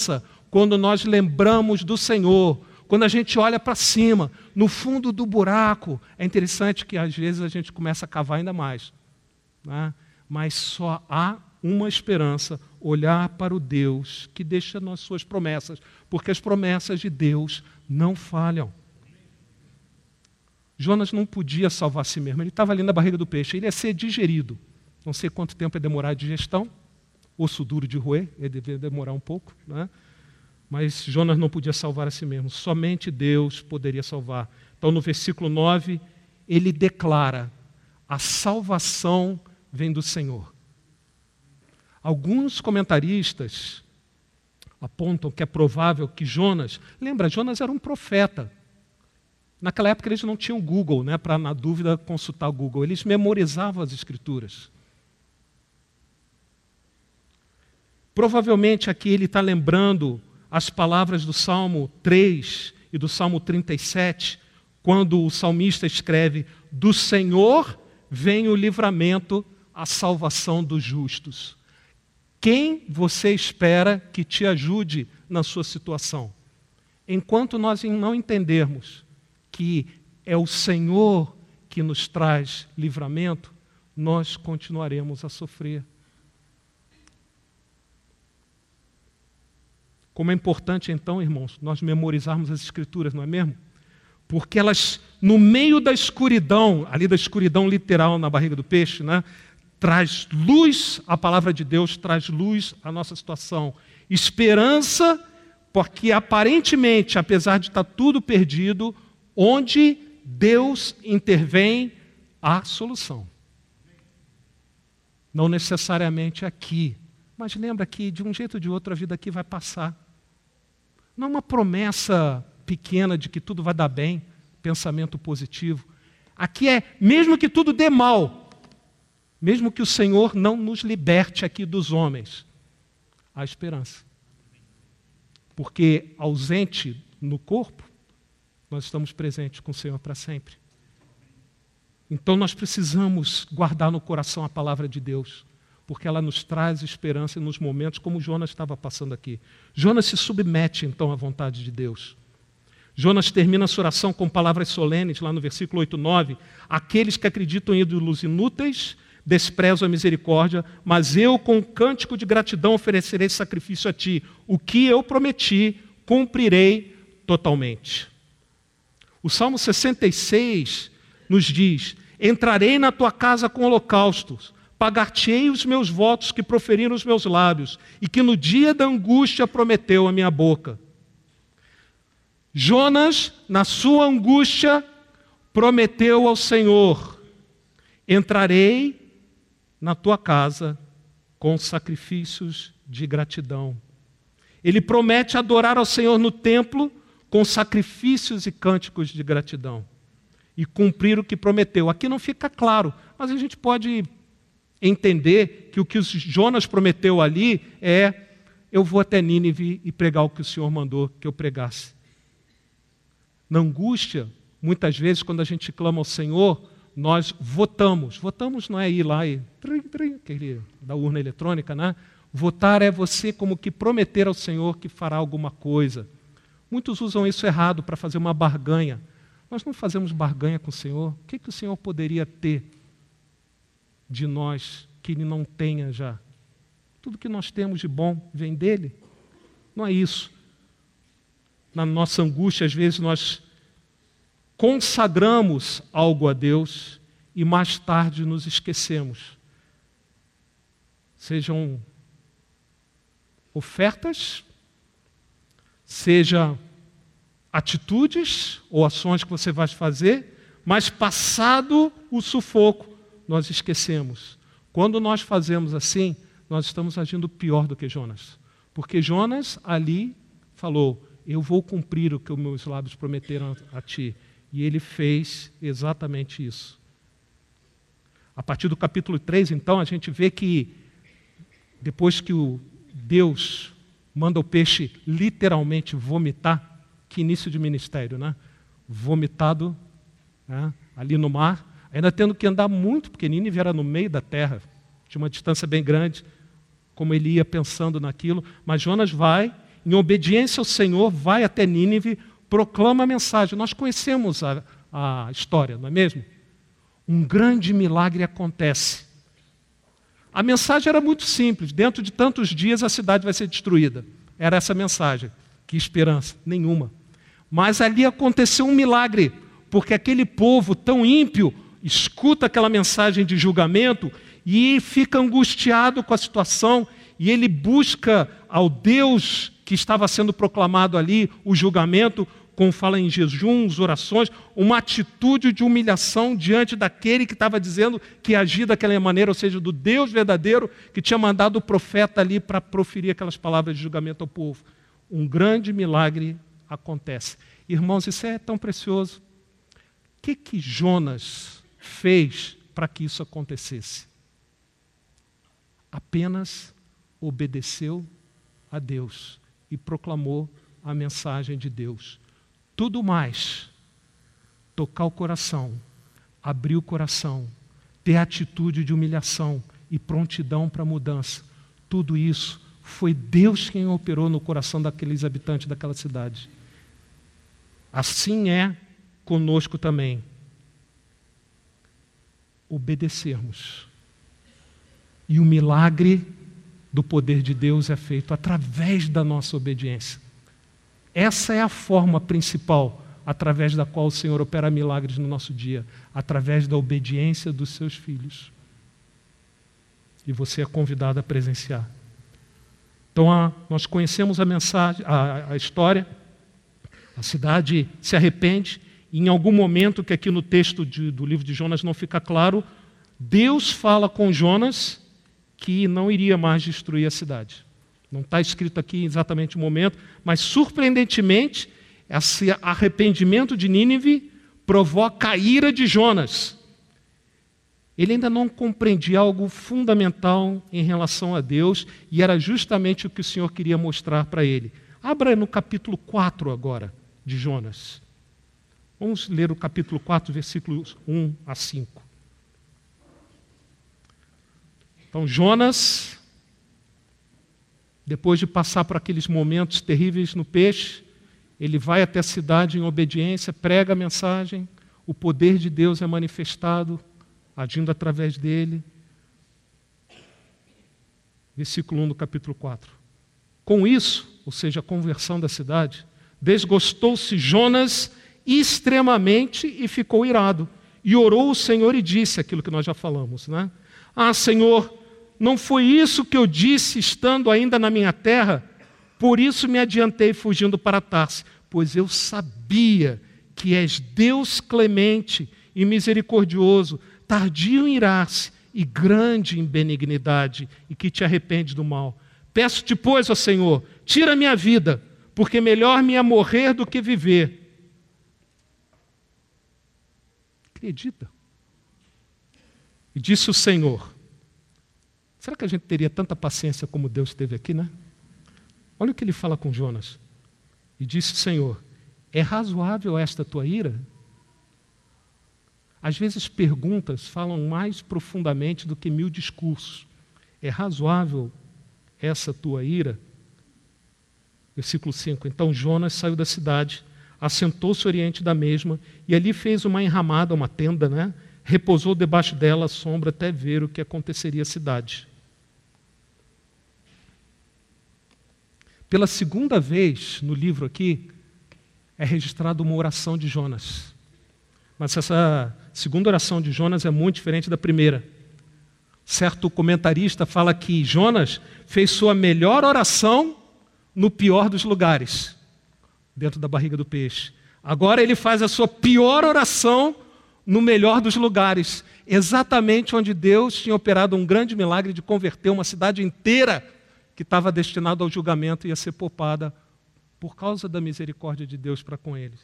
quando nós lembramos do Senhor, quando a gente olha para cima, no fundo do buraco. É interessante que às vezes a gente começa a cavar ainda mais, né? Mas só há uma esperança, olhar para o Deus que deixa nas suas promessas, porque as promessas de Deus não falham. Jonas não podia salvar a si mesmo, ele estava ali na barriga do peixe, ele ia ser digerido. Não sei quanto tempo ia demorar a digestão, osso duro de roer, ia demorar um pouco, né? Mas Jonas não podia salvar a si mesmo, somente Deus poderia salvar. Então, no versículo nove, ele declara: a salvação vem do Senhor. Alguns comentaristas apontam que é provável que Jonas, lembra, Jonas era um profeta. Naquela época eles não tinham Google, né, para, na dúvida, consultar o Google. Eles memorizavam as Escrituras. Provavelmente aqui ele está lembrando as palavras do Salmo três e do Salmo trinta e sete, quando o salmista escreve: do Senhor vem o livramento, a salvação dos justos. Quem você espera que te ajude na sua situação? Enquanto nós não entendermos que é o Senhor que nos traz livramento, nós continuaremos a sofrer. Como é importante, então, irmãos, nós memorizarmos as Escrituras, não é mesmo? Porque elas, no meio da escuridão, ali da escuridão literal na barriga do peixe, né, traz luz, a palavra de Deus traz luz à nossa situação. Esperança, porque aparentemente, apesar de estar tudo perdido, onde Deus intervém, há solução. Não necessariamente aqui, mas lembra que de um jeito ou de outro a vida aqui vai passar. Não é uma promessa pequena de que tudo vai dar bem, pensamento positivo. Aqui é, mesmo que tudo dê mal, mesmo que o Senhor não nos liberte aqui dos homens, há esperança. Porque ausente no corpo, nós estamos presentes com o Senhor para sempre. Então nós precisamos guardar no coração a palavra de Deus, porque ela nos traz esperança nos momentos como Jonas estava passando aqui. Jonas se submete então à vontade de Deus. Jonas termina a sua oração com palavras solenes, lá no versículo oito, nove. Aqueles que acreditam em ídolos inúteis desprezam a misericórdia, mas eu com cântico de gratidão oferecerei sacrifício a ti. O que eu prometi, cumprirei totalmente. O Salmo sessenta e seis nos diz: entrarei na tua casa com holocaustos, pagar-te-ei os meus votos que proferiram os meus lábios, e que no dia da angústia prometeu a minha boca. Jonas, na sua angústia, prometeu ao Senhor: entrarei na tua casa com sacrifícios de gratidão. Ele promete adorar ao Senhor no templo com sacrifícios e cânticos de gratidão. E cumprir o que prometeu. Aqui não fica claro, mas a gente pode entender que o que Jonas prometeu ali é: eu vou até Nínive e pregar o que o Senhor mandou que eu pregasse. Na angústia, muitas vezes, quando a gente clama ao Senhor, nós votamos. Votamos não é ir lá e... Trim, trim, aquele da urna eletrônica, né? Votar é você como que prometer ao Senhor que fará alguma coisa. Muitos usam isso errado para fazer uma barganha. Nós não fazemos barganha com o Senhor. O que, que o Senhor poderia ter de nós que Ele não tenha já? Tudo que nós temos de bom vem dEle. Não é isso. Na nossa angústia, às vezes, nós consagramos algo a Deus e mais tarde nos esquecemos. Sejam ofertas, seja atitudes ou ações que você vai fazer, mas passado o sufoco, nós esquecemos. Quando nós fazemos assim, nós estamos agindo pior do que Jonas. Porque Jonas ali falou: eu vou cumprir o que os meus lábios prometeram a ti. E ele fez exatamente isso. A partir do capítulo três, então, a gente vê que depois que o Deus manda o peixe literalmente vomitar, que início de ministério, né? Vomitado, né? Ali no mar, ainda tendo que andar muito, porque Nínive era no meio da terra, tinha uma distância bem grande, como ele ia pensando naquilo, mas Jonas vai em obediência ao Senhor, vai até Nínive, proclama a mensagem. Nós conhecemos a, a história, não é mesmo? Um grande milagre acontece. A mensagem era muito simples. Dentro de tantos dias a cidade vai ser destruída. Era essa a mensagem. Que esperança? Nenhuma. Mas ali aconteceu um milagre, porque aquele povo tão ímpio escuta aquela mensagem de julgamento e fica angustiado com a situação, e ele busca ao Deus que estava sendo proclamado ali, o julgamento, como fala em jejuns, orações, uma atitude de humilhação diante daquele que estava dizendo que agia daquela maneira, ou seja, do Deus verdadeiro que tinha mandado o profeta ali para proferir aquelas palavras de julgamento ao povo. Um grande milagre acontece. Irmãos, isso é tão precioso. O que que Jonas fez para que isso acontecesse? Apenas obedeceu a Deus e proclamou a mensagem de Deus. Tudo mais, tocar o coração, abrir o coração, ter atitude de humilhação e prontidão para a mudança, tudo isso foi Deus quem operou no coração daqueles habitantes daquela cidade. Assim é conosco também. Obedecermos. E o milagre do poder de Deus é feito através da nossa obediência. Essa é a forma principal através da qual o Senhor opera milagres no nosso dia, através da obediência dos seus filhos. E você é convidado a presenciar. Então, a, nós conhecemos a mensagem, a, a história, a cidade se arrepende, e em algum momento, que aqui no texto de, do livro de Jonas não fica claro, Deus fala com Jonas que não iria mais destruir a cidade. Não está escrito aqui exatamente o momento, mas surpreendentemente, esse arrependimento de Nínive provoca a ira de Jonas. Ele ainda não compreendia algo fundamental em relação a Deus, e era justamente o que o Senhor queria mostrar para ele. Abra no capítulo quatro agora, de Jonas. Vamos ler o capítulo quatro, versículos um a cinco. Então, Jonas, depois de passar por aqueles momentos terríveis no peixe, ele vai até a cidade em obediência, prega a mensagem, o poder de Deus é manifestado, agindo através dele. Versículo um do capítulo quatro. Com isso, ou seja, a conversão da cidade, desgostou-se Jonas extremamente e ficou irado. E orou ao Senhor e disse aquilo que nós já falamos, né? Ah, Senhor, não foi isso que eu disse estando ainda na minha terra? Por isso me adiantei fugindo para Tarse, pois eu sabia que és Deus clemente e misericordioso, tardio em irar-se e grande em benignidade, e que te arrepende do mal. Peço-te, pois, ó Senhor, tira a minha vida, porque melhor me é morrer do que viver. Acredita? E disse o Senhor, será que a gente teria tanta paciência como Deus teve aqui, né? Olha o que ele fala com Jonas. E disse o Senhor, é razoável esta tua ira? Às vezes perguntas falam mais profundamente do que mil discursos. É razoável essa tua ira? Versículo cinco. Então Jonas saiu da cidade, assentou-se oriente da mesma, e ali fez uma enramada, uma tenda, né? Repousou debaixo dela à sombra até ver o que aconteceria à cidade. Pela segunda vez no livro aqui, é registrada uma oração de Jonas. Mas essa segunda oração de Jonas é muito diferente da primeira. Certo comentarista fala que Jonas fez sua melhor oração no pior dos lugares, dentro da barriga do peixe. Agora ele faz a sua pior oração no melhor dos lugares, exatamente onde Deus tinha operado um grande milagre de converter uma cidade inteira que estava destinada ao julgamento e ia ser poupada por causa da misericórdia de Deus para com eles.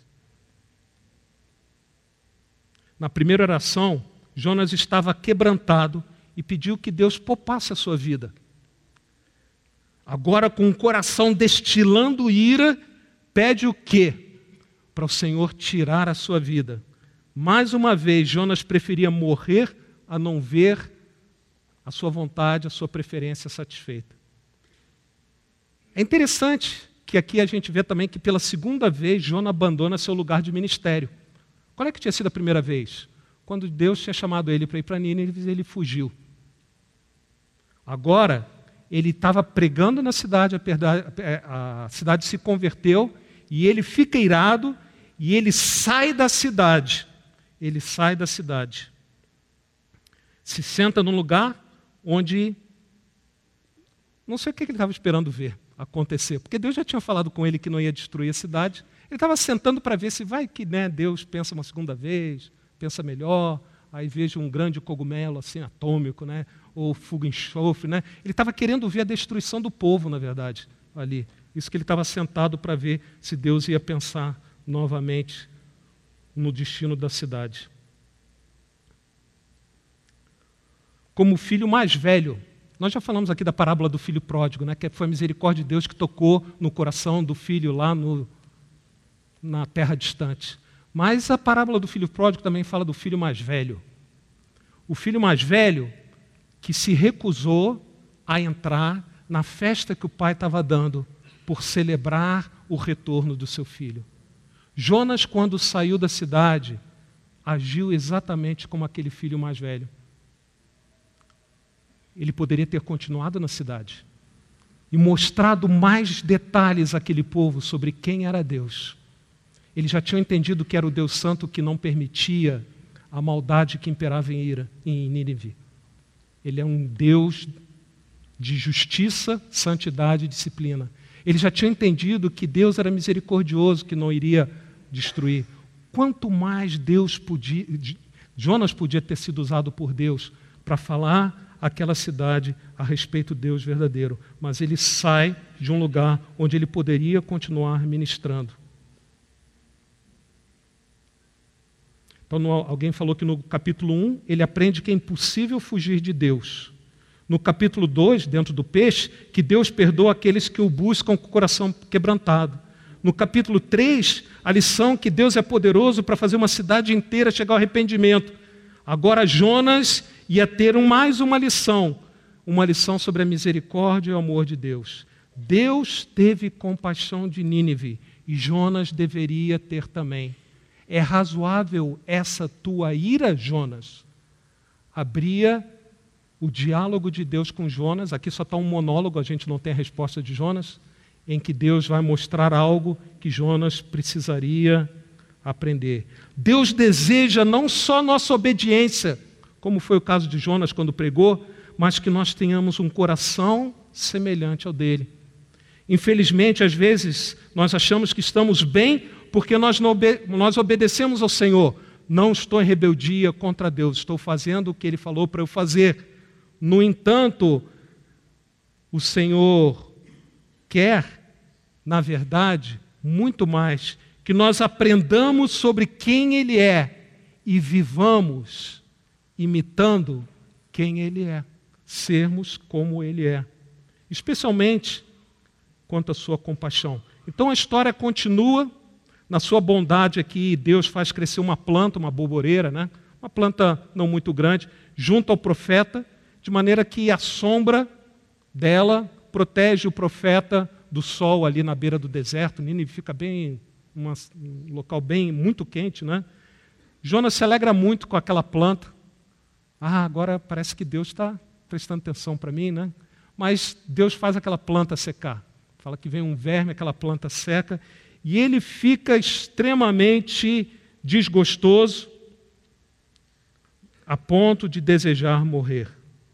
Na primeira oração, Jonas estava quebrantado e pediu que Deus poupasse a sua vida. Agora, com o coração destilando ira, pede o quê? Para o Senhor tirar a sua vida. Mais uma vez, Jonas preferia morrer a não ver a sua vontade, a sua preferência satisfeita. É interessante que aqui a gente vê também que pela segunda vez Jonas abandona seu lugar de ministério. Qual é que tinha sido a primeira vez? Quando Deus tinha chamado ele para ir para Nínive, ele fugiu. Agora, ele estava pregando na cidade, a, a cidade se converteu, e ele fica irado, e ele sai da cidade. Ele sai da cidade. Se senta num lugar onde, não sei o que ele estava esperando ver acontecer, porque Deus já tinha falado com ele que não ia destruir a cidade. Ele estava sentando para ver se vai que, né, Deus pensa uma segunda vez, pensa melhor, aí veja um grande cogumelo assim, atômico, né, ou fogo enxofre. Né? Ele estava querendo ver a destruição do povo, na verdade, ali. Isso que ele estava sentado para ver se Deus ia pensar novamente no destino da cidade. Como filho mais velho, nós já falamos aqui da parábola do filho pródigo, né, que foi a misericórdia de Deus que tocou no coração do filho lá no, na terra distante. Mas a parábola do filho pródigo também fala do filho mais velho. O filho mais velho que se recusou a entrar na festa que o pai estava dando por celebrar o retorno do seu filho. Jonas, quando saiu da cidade, agiu exatamente como aquele filho mais velho. Ele poderia ter continuado na cidade e mostrado mais detalhes àquele povo sobre quem era Deus. Eles já tinham entendido que era o Deus Santo que não permitia a maldade que imperava em ira em Nínive. Ele é um Deus de justiça, santidade e disciplina. Eles já tinham entendido que Deus era misericordioso, que não iria destruir. Quanto mais Deus podia, Jonas podia ter sido usado por Deus para falar àquela cidade a respeito do Deus verdadeiro, mas ele sai de um lugar onde ele poderia continuar ministrando. Então, no, alguém falou que no capítulo um, ele aprende que é impossível fugir de Deus. No capítulo dois, dentro do peixe, que Deus perdoa aqueles que o buscam com o coração quebrantado. No capítulo três, a lição que Deus é poderoso para fazer uma cidade inteira chegar ao arrependimento. Agora Jonas ia ter mais uma lição, uma lição sobre a misericórdia e o amor de Deus. Deus teve compaixão de Nínive e Jonas deveria ter também. É razoável essa tua ira, Jonas? Abria o diálogo de Deus com Jonas, aqui só está um monólogo, a gente não tem a resposta de Jonas, em que Deus vai mostrar algo que Jonas precisaria aprender. Deus deseja não só nossa obediência, como foi o caso de Jonas quando pregou, mas que nós tenhamos um coração semelhante ao dele. Infelizmente, às vezes, nós achamos que estamos bem porque nós, não obe- nós obedecemos ao Senhor. Não estou em rebeldia contra Deus, estou fazendo o que Ele falou para eu fazer. No entanto, o Senhor quer, na verdade, muito mais, que nós aprendamos sobre quem Ele é e vivamos imitando quem Ele é, sermos como Ele é, especialmente quanto à sua compaixão. Então a história continua, na sua bondade aqui, Deus faz crescer uma planta, uma bolboreira, né? Uma planta não muito grande, junto ao profeta, de maneira que a sombra dela protege o profeta do sol ali na beira do deserto. Nínive fica bem, uma, um local bem, muito quente, né? Jonas se alegra muito com aquela planta. Ah, agora parece que Deus está prestando atenção para mim, né? Mas Deus faz aquela planta secar. Fala que vem um verme, aquela planta seca, e ele fica extremamente desgostoso, a ponto de desejar morrer.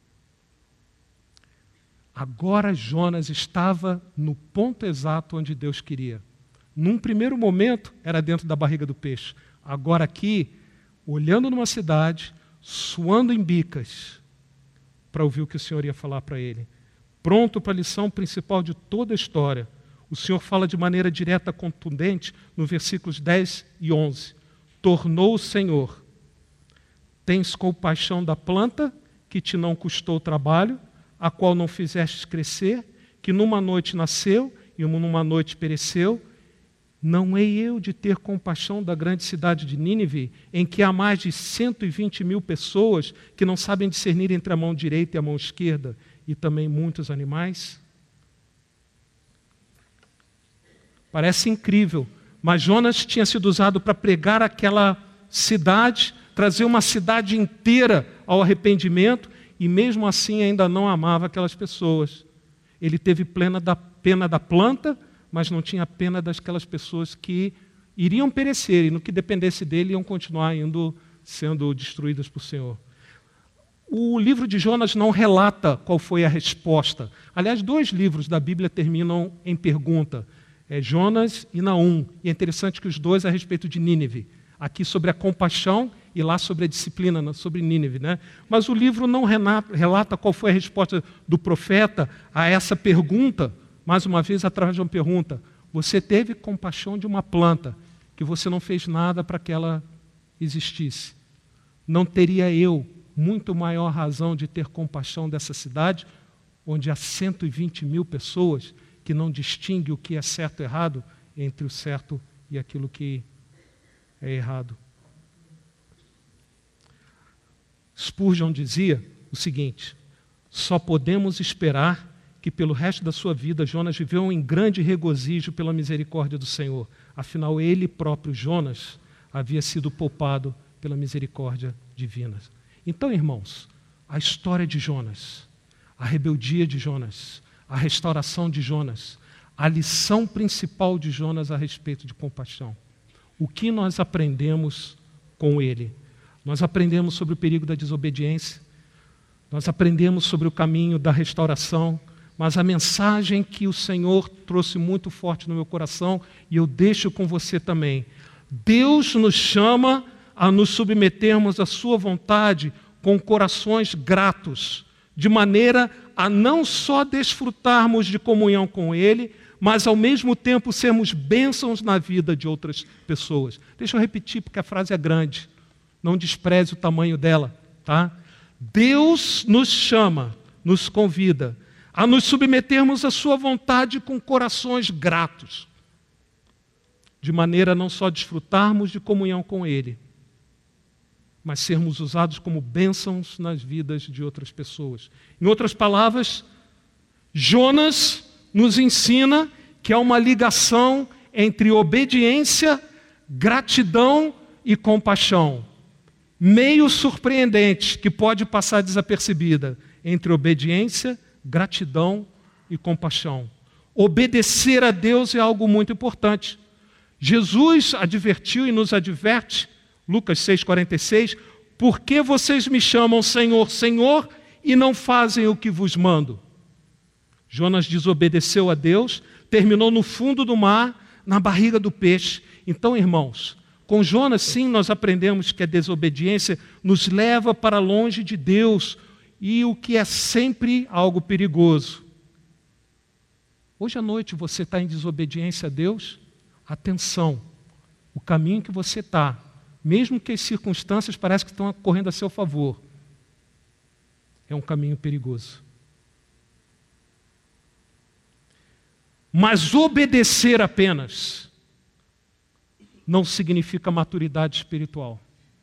Agora Jonas estava no ponto exato onde Deus queria. Num primeiro momento, era dentro da barriga do peixe. Agora aqui, olhando numa cidade, suando em bicas, para ouvir o que o Senhor ia falar para ele. Pronto para a lição principal de toda a história. O Senhor fala de maneira direta, contundente, no versículos dez e onze. Tornou o Senhor. Tens compaixão da planta, que te não custou trabalho, a qual não fizestes crescer, que numa noite nasceu e numa noite pereceu. Não hei eu de ter compaixão da grande cidade de Nínive, em que há mais de cento e vinte mil pessoas que não sabem discernir entre a mão direita e a mão esquerda, e também muitos animais? Parece incrível, mas Jonas tinha sido usado para pregar aquela cidade, trazer uma cidade inteira ao arrependimento, e mesmo assim ainda não amava aquelas pessoas. Ele teve plena da pena da planta, mas não tinha pena daquelas pessoas que iriam perecer, e no que dependesse dele iam continuar indo, sendo destruídas por Senhor. O livro de Jonas não relata qual foi a resposta. Aliás, dois livros da Bíblia terminam em pergunta. É Jonas e Naum. E é interessante que os dois a respeito de Nínive. Aqui sobre a compaixão e lá sobre a disciplina, sobre Nínive. Né? Mas o livro não relata qual foi a resposta do profeta a essa pergunta, mais uma vez através de uma pergunta. Você teve compaixão de uma planta que você não fez nada para que ela existisse. Não teria eu muito maior razão de ter compaixão dessa cidade, onde há cento e vinte mil pessoas que não distinguem o que é certo e errado entre o certo e aquilo que é errado. Spurgeon dizia o seguinte: só podemos esperar que pelo resto da sua vida Jonas viveu em grande regozijo pela misericórdia do Senhor. Afinal, ele próprio, Jonas, havia sido poupado pela misericórdia divina. Então, irmãos, a história de Jonas, a rebeldia de Jonas, a restauração de Jonas, a lição principal de Jonas a respeito de compaixão. O que nós aprendemos com ele? Nós aprendemos sobre o perigo da desobediência, nós aprendemos sobre o caminho da restauração, mas a mensagem que o Senhor trouxe muito forte no meu coração, e eu deixo com você também: Deus nos chama a nos submetermos à sua vontade com corações gratos, de maneira a não só desfrutarmos de comunhão com Ele, mas ao mesmo tempo sermos bênçãos na vida de outras pessoas. Deixa eu repetir, porque a frase é grande. Não despreze o tamanho dela, tá? Deus nos chama, nos convida a nos submetermos à sua vontade com corações gratos, de maneira a não só desfrutarmos de comunhão com Ele, mas sermos usados como bênçãos nas vidas de outras pessoas. Em outras palavras, Jonas nos ensina que há uma ligação entre obediência, gratidão e compaixão, meio surpreendente, que pode passar desapercebida, entre obediência, gratidão e compaixão. Obedecer a Deus é algo muito importante. Jesus advertiu e nos adverte, Lucas seis, quarenta e seis, por que vocês me chamam Senhor, Senhor, e não fazem o que vos mando? Jonas desobedeceu a Deus, terminou no fundo do mar, na barriga do peixe. Então, irmãos, com Jonas, sim, nós aprendemos que a desobediência nos leva para longe de Deus, e o que é sempre algo perigoso. Hoje à noite você está em desobediência a Deus? Atenção, o caminho que você está, mesmo que as circunstâncias pareçam que estão correndo a seu favor, é um caminho perigoso. Mas obedecer apenas não significa maturidade espiritual.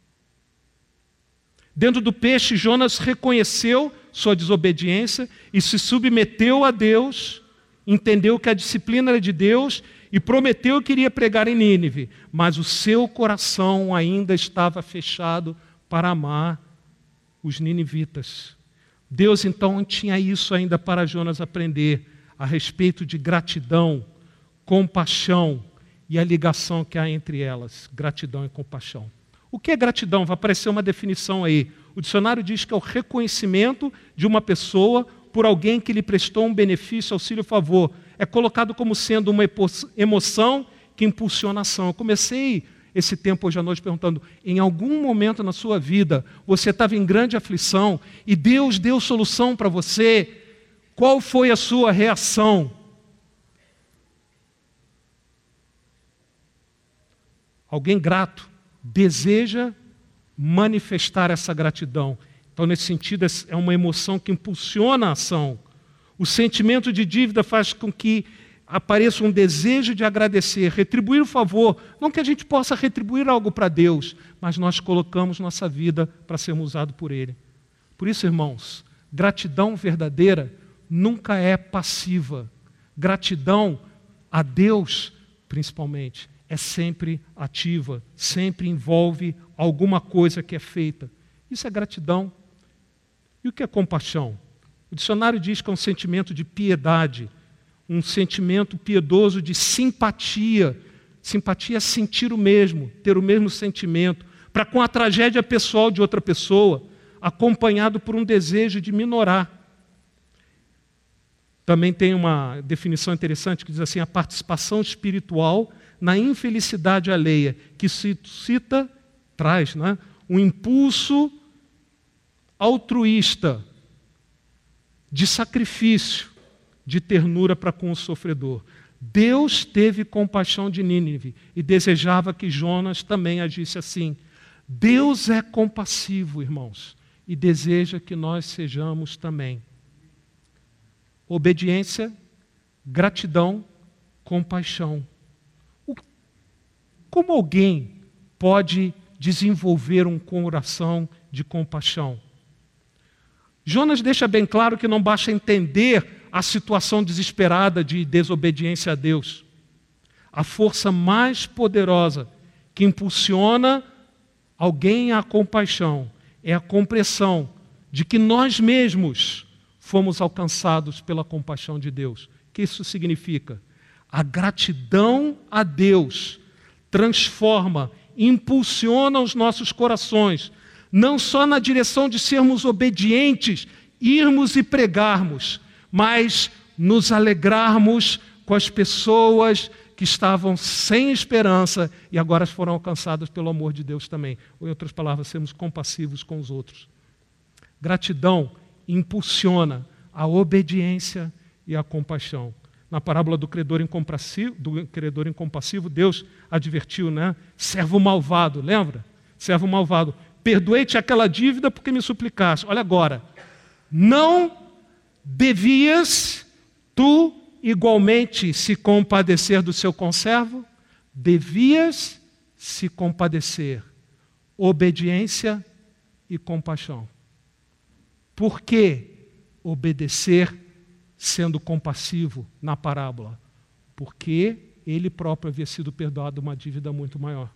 Dentro do peixe, Jonas reconheceu sua desobediência e se submeteu a Deus, entendeu que a disciplina era de Deus e prometeu que iria pregar em Nínive, mas o seu coração ainda estava fechado para amar os ninivitas. Deus então tinha isso ainda para Jonas aprender a respeito de gratidão, compaixão e a ligação que há entre elas, gratidão e compaixão. O que é gratidão? Vai aparecer uma definição aí. O dicionário diz que é o reconhecimento de uma pessoa por alguém que lhe prestou um benefício, auxílio, favor. É colocado como sendo uma emoção que impulsiona a ação. Eu comecei esse tempo hoje à noite perguntando, em algum momento na sua vida você estava em grande aflição e Deus deu solução para você? Qual foi a sua reação? Alguém grato deseja manifestar essa gratidão. Então, nesse sentido, é uma emoção que impulsiona a ação. O sentimento de dívida faz com que apareça um desejo de agradecer, retribuir o favor. Não que a gente possa retribuir algo para Deus, mas nós colocamos nossa vida para sermos usados por Ele. Por isso, irmãos, gratidão verdadeira nunca é passiva. Gratidão a Deus principalmente, é sempre ativa, sempre envolve alguma coisa que é feita. Isso é gratidão. E o que é compaixão? O dicionário diz que é um sentimento de piedade, um sentimento piedoso de simpatia. Simpatia é sentir o mesmo, ter o mesmo sentimento, para com a tragédia pessoal de outra pessoa, acompanhado por um desejo de minorar. Também tem uma definição interessante que diz assim: a participação espiritual na infelicidade alheia, que suscita, traz, né, um impulso altruísta, de sacrifício, de ternura para com o sofredor. Deus teve compaixão de Nínive e desejava que Jonas também agisse assim. Deus é compassivo, irmãos, e deseja que nós sejamos também. Obediência, gratidão, compaixão. Como alguém pode desenvolver um coração de compaixão? Jonas deixa bem claro que não basta entender a situação desesperada de desobediência a Deus. A força mais poderosa que impulsiona alguém à compaixão é a compreensão de que nós mesmos fomos alcançados pela compaixão de Deus. O que isso significa? A gratidão a Deus transforma, impulsiona os nossos corações, não só na direção de sermos obedientes, irmos e pregarmos, mas nos alegrarmos com as pessoas que estavam sem esperança e agora foram alcançadas pelo amor de Deus também. Ou, em outras palavras, sermos compassivos com os outros. Gratidão impulsiona a obediência e a compaixão. Na parábola do credor incompassivo, do credor incompassivo, Deus advertiu, né? Servo malvado, lembra? Servo malvado, perdoei-te aquela dívida porque me suplicaste. Olha agora, não devias tu igualmente se compadecer do seu conservo? Devias se compadecer. Obediência e compaixão. Por que obedecer sendo compassivo na parábola? Porque ele próprio havia sido perdoado uma dívida muito maior.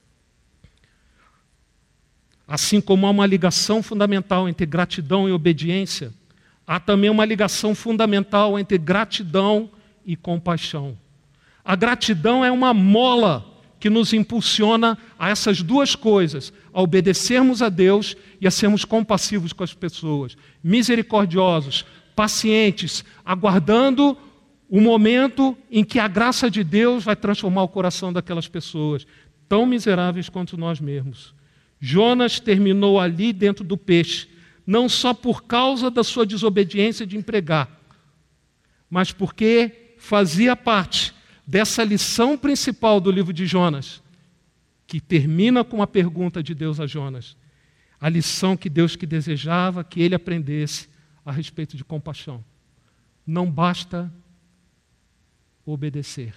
Assim como há uma ligação fundamental entre gratidão e obediência, há também uma ligação fundamental entre gratidão e compaixão. A gratidão é uma mola que nos impulsiona a essas duas coisas, a obedecermos a Deus e a sermos compassivos com as pessoas, misericordiosos, pacientes, aguardando o momento em que a graça de Deus vai transformar o coração daquelas pessoas, tão miseráveis quanto nós mesmos. Jonas terminou ali dentro do peixe, não só por causa da sua desobediência de empregar, mas porque fazia parte dessa lição principal do livro de Jonas, que termina com uma pergunta de Deus a Jonas. A lição que Deus que desejava que ele aprendesse a respeito de compaixão. Não basta obedecer.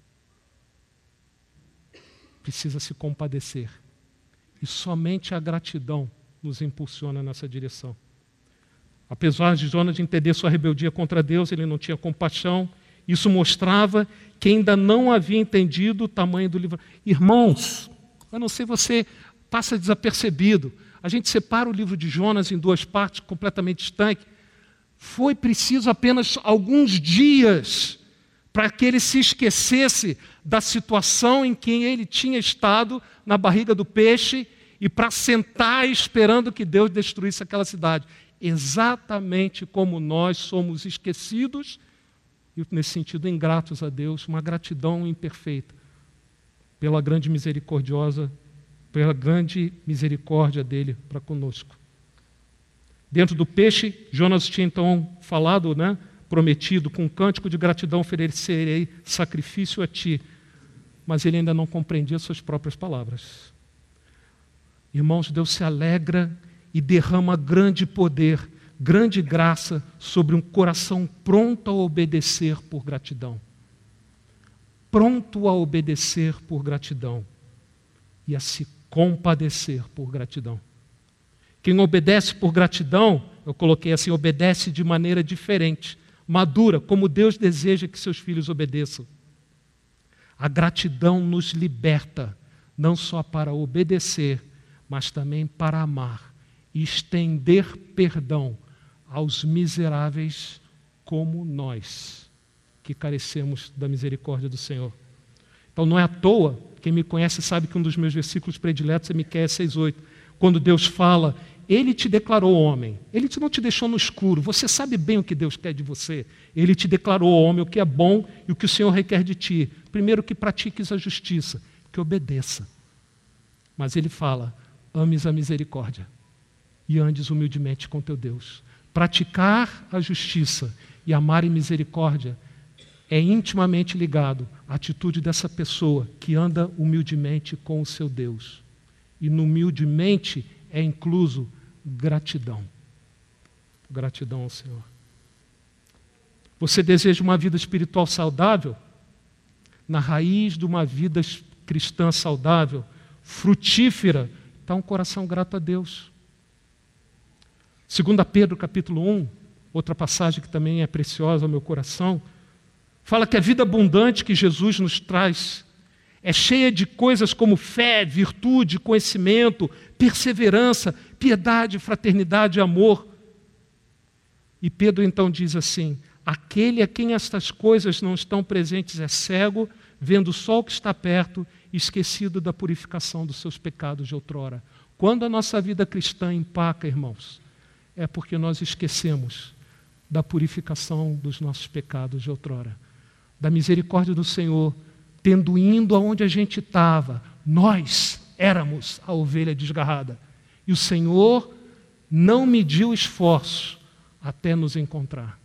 Precisa se compadecer. E somente a gratidão nos impulsiona nessa direção. Apesar de Jonas entender sua rebeldia contra Deus, ele não tinha compaixão. Isso mostrava que ainda não havia entendido o tamanho do livro. Irmãos, eu não sei, você passa desapercebido. A gente separa o livro de Jonas em duas partes completamente estanques. Foi preciso apenas alguns dias para que ele se esquecesse da situação em que ele tinha estado na barriga do peixe e para sentar esperando que Deus destruísse aquela cidade. Exatamente como nós somos esquecidos e, nesse sentido, ingratos a Deus, uma gratidão imperfeita pela grande misericordiosa, pela grande misericórdia dele para conosco. Dentro do peixe, Jonas tinha então falado, né, prometido, com um cântico de gratidão oferecerei sacrifício a ti, mas ele ainda não compreendia suas próprias palavras. Irmãos, Deus se alegra e derrama grande poder, grande graça sobre um coração pronto a obedecer por gratidão. Pronto a obedecer por gratidão e a se compadecer por gratidão. Quem obedece por gratidão, eu coloquei assim, obedece de maneira diferente, madura, como Deus deseja que seus filhos obedeçam. A gratidão nos liberta, não só para obedecer, mas também para amar e estender perdão aos miseráveis como nós, que carecemos da misericórdia do Senhor. Então não é à toa, quem me conhece sabe que um dos meus versículos prediletos é Miqueias seis, oito, quando Deus fala, Ele te declarou homem, Ele não te deixou no escuro, você sabe bem o que Deus quer de você, Ele te declarou homem, o que é bom e o que o Senhor requer de ti. Primeiro, que pratiques a justiça, que obedeça. Mas Ele fala, ames a misericórdia e andes humildemente com teu Deus. Praticar a justiça e amar em misericórdia é intimamente ligado à atitude dessa pessoa que anda humildemente com o seu Deus. E no humildemente é incluso gratidão. Gratidão ao Senhor. Você deseja uma vida espiritual saudável? Na raiz de uma vida cristã saudável, frutífera, está um coração grato a Deus. Segunda Pedro, capítulo um, outra passagem que também é preciosa ao meu coração, fala que a vida abundante que Jesus nos traz é cheia de coisas como fé, virtude, conhecimento, perseverança, piedade, fraternidade e amor. E Pedro então diz assim, aquele a quem estas coisas não estão presentes é cego, vendo só o que está perto e esquecido da purificação dos seus pecados de outrora. Quando a nossa vida cristã empaca, irmãos, é porque nós esquecemos da purificação dos nossos pecados de outrora, da misericórdia do Senhor, tendo indo aonde a gente estava, nós éramos a ovelha desgarrada, e o Senhor não mediu esforço até nos encontrar.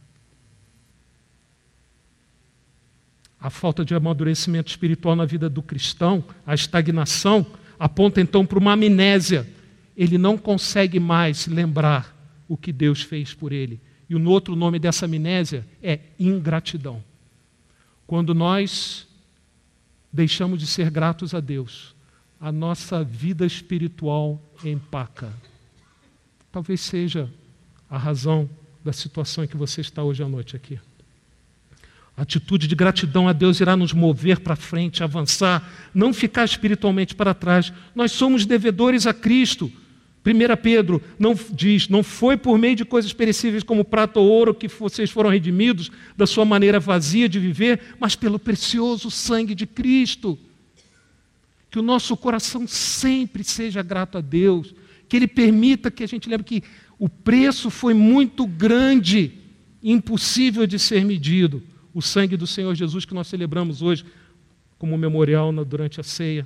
A falta de amadurecimento espiritual na vida do cristão, a estagnação, aponta então para uma amnésia. Ele não consegue mais lembrar o que Deus fez por ele. E o outro nome dessa amnésia é ingratidão. Quando nós deixamos de ser gratos a Deus, a nossa vida espiritual empaca. Talvez seja a razão da situação em que você está hoje à noite aqui. A atitude de gratidão a Deus irá nos mover para frente, avançar, não ficar espiritualmente para trás. Nós somos devedores a Cristo. primeira Pedro não diz, não foi por meio de coisas perecíveis como prata ou ouro que vocês foram redimidos da sua maneira vazia de viver, mas pelo precioso sangue de Cristo. Que o nosso coração sempre seja grato a Deus, que Ele permita que a gente lembre que o preço foi muito grande, impossível de ser medido. O sangue do Senhor Jesus que nós celebramos hoje como memorial durante a ceia.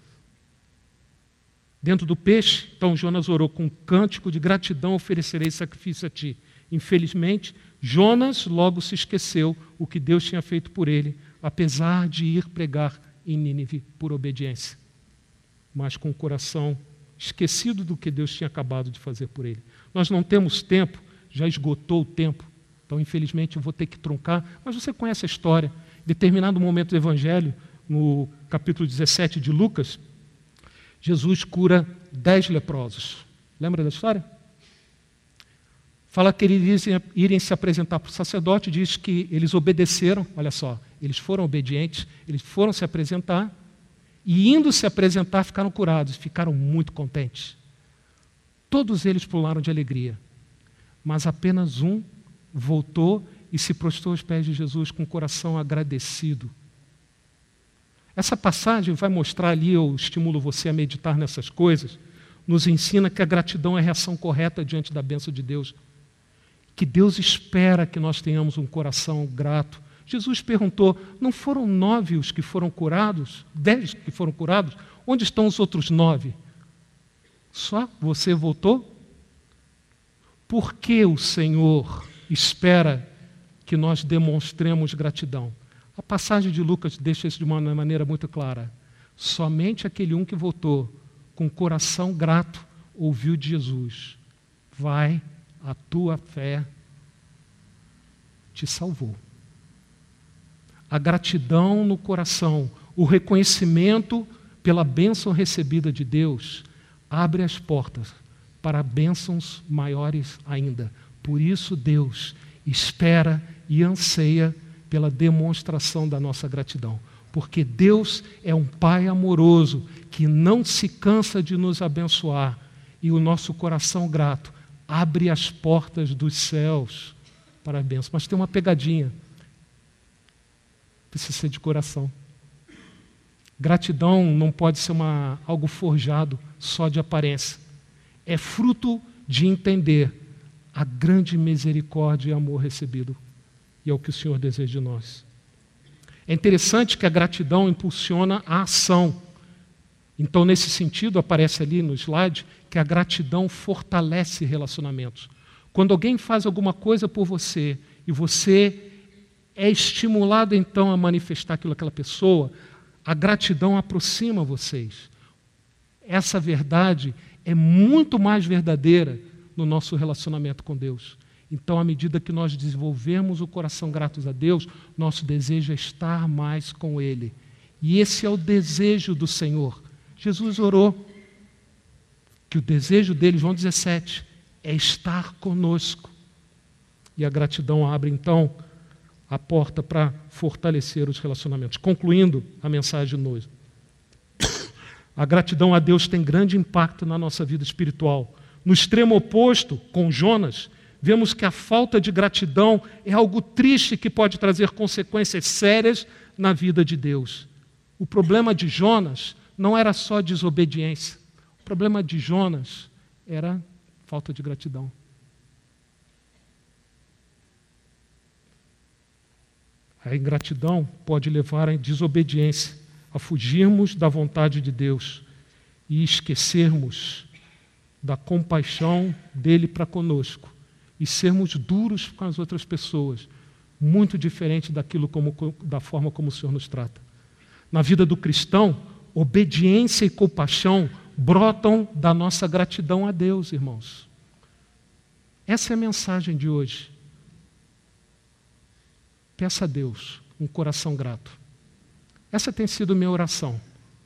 Dentro do peixe, então Jonas orou, com um cântico de gratidão oferecerei sacrifício a ti. Infelizmente, Jonas logo se esqueceu o que Deus tinha feito por ele, apesar de ir pregar em Nínive por obediência, mas com o coração esquecido do que Deus tinha acabado de fazer por ele. Nós não temos tempo, já esgotou o tempo, então infelizmente eu vou ter que truncar, mas você conhece a história. Em determinado momento do Evangelho, no capítulo dezessete de Lucas, Jesus cura dez leprosos. Lembra da história? Fala que eles irem se apresentar para o sacerdote, diz que eles obedeceram, olha só, eles foram obedientes, eles foram se apresentar, e indo se apresentar ficaram curados, ficaram muito contentes. Todos eles pularam de alegria, mas apenas um voltou e se prostrou aos pés de Jesus com o coração agradecido. Essa passagem vai mostrar ali, eu estimulo você a meditar nessas coisas, nos ensina que a gratidão é a reação correta diante da bênção de Deus. Que Deus espera que nós tenhamos um coração grato. Jesus perguntou, não foram nove os que foram curados? Dez que foram curados? Onde estão os outros nove? Só você voltou? Por que o Senhor espera que nós demonstremos gratidão? A passagem de Lucas deixa isso de uma maneira muito clara. Somente aquele um que voltou com coração grato ouviu de Jesus. Vai, a tua fé te salvou. A gratidão no coração, o reconhecimento pela bênção recebida de Deus, abre as portas para bênçãos maiores ainda. Por isso Deus espera e anseia pela demonstração da nossa gratidão. porque Deus é um Pai amoroso que não se cansa de nos abençoar, e o nosso coração grato abre as portas dos céus para a bênção. Mas tem uma pegadinha. Precisa ser de coração. Gratidão não pode ser uma, algo forjado só de aparência. É fruto de entender a grande misericórdia e amor recebido. E é o que o Senhor deseja de nós. É interessante que a gratidão impulsiona a ação. Então, nesse sentido, aparece ali no slide que a gratidão fortalece relacionamentos. Quando alguém faz alguma coisa por você e você é estimulado, então, a manifestar aquilo àquela pessoa, a gratidão aproxima vocês. Essa verdade é muito mais verdadeira no nosso relacionamento com Deus. Então, à medida que nós desenvolvemos o coração gratos a Deus, nosso desejo é estar mais com Ele. E esse é o desejo do Senhor. Jesus orou que o desejo dele, João dezessete, é estar conosco. E a gratidão abre, então, a porta para fortalecer os relacionamentos. Concluindo a mensagem de hoje. A gratidão a Deus tem grande impacto na nossa vida espiritual. No extremo oposto, com Jonas, vemos que a falta de gratidão é algo triste que pode trazer consequências sérias na vida de Deus. O problema de Jonas não era só desobediência. O problema de Jonas era falta de gratidão. A ingratidão pode levar à desobediência, a fugirmos da vontade de Deus e esquecermos da compaixão dele para conosco e sermos duros com as outras pessoas, muito diferente daquilo como, da forma como o Senhor nos trata. Na vida do cristão, obediência e compaixão brotam da nossa gratidão a Deus, irmãos. Essa é a mensagem de hoje. Peça a Deus um coração grato. Essa tem sido minha oração.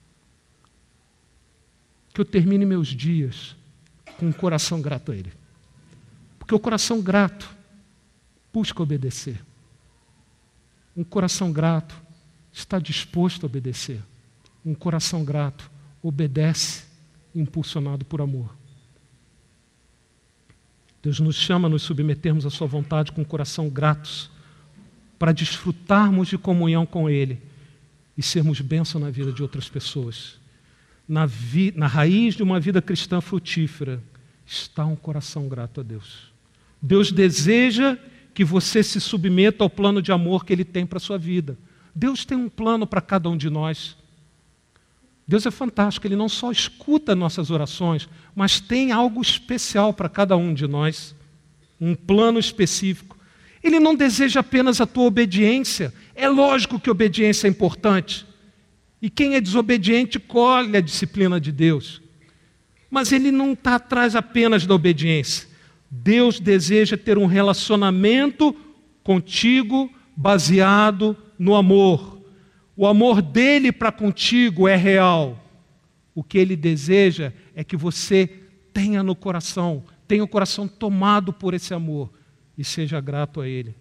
Que eu termine meus dias com um coração grato a Ele. Porque o coração grato busca obedecer. Um coração grato está disposto a obedecer. Um coração grato obedece, impulsionado por amor. Deus nos chama a nos submetermos à sua vontade com um coração gratos, para desfrutarmos de comunhão com Ele e sermos bênção na vida de outras pessoas. Na, vi, na raiz de uma vida cristã frutífera está um coração grato a Deus. Deus deseja que você se submeta ao plano de amor que Ele tem para a sua vida. Deus tem um plano para cada um de nós. Deus é fantástico, Ele não só escuta nossas orações, mas tem algo especial para cada um de nós, um plano específico. Ele não deseja apenas a tua obediência. É lógico que obediência é importante. E quem é desobediente colhe a disciplina de Deus. Mas Ele não está atrás apenas da obediência. Deus deseja ter um relacionamento contigo baseado no amor. O amor dele para contigo é real. O que Ele deseja é que você tenha no coração, tenha o coração tomado por esse amor e seja grato a Ele.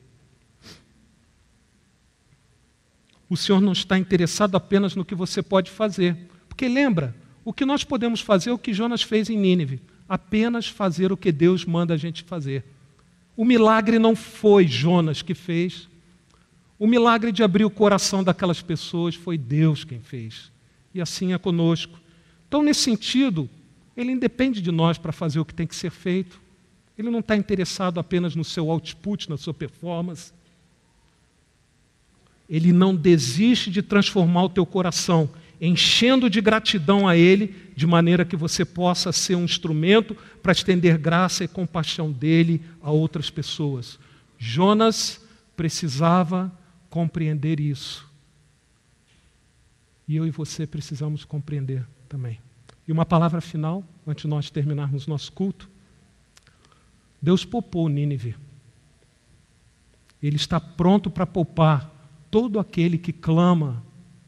O Senhor não está interessado apenas no que você pode fazer. Porque lembra, o que nós podemos fazer é o que Jonas fez em Nínive. Apenas fazer o que Deus manda a gente fazer. O milagre não foi Jonas que fez. O milagre de abrir o coração daquelas pessoas foi Deus quem fez. E assim é conosco. Então, nesse sentido, Ele independe de nós para fazer o que tem que ser feito. Ele não está interessado apenas no seu output, na sua performance. Ele não desiste de transformar o teu coração, enchendo de gratidão a Ele, de maneira que você possa ser um instrumento para estender graça e compaixão dEle a outras pessoas. Jonas precisava compreender isso. E eu e você precisamos compreender também. E uma palavra final, antes de nós terminarmos nosso culto. Deus poupou Nínive. Ele está pronto para poupar todo aquele que clama.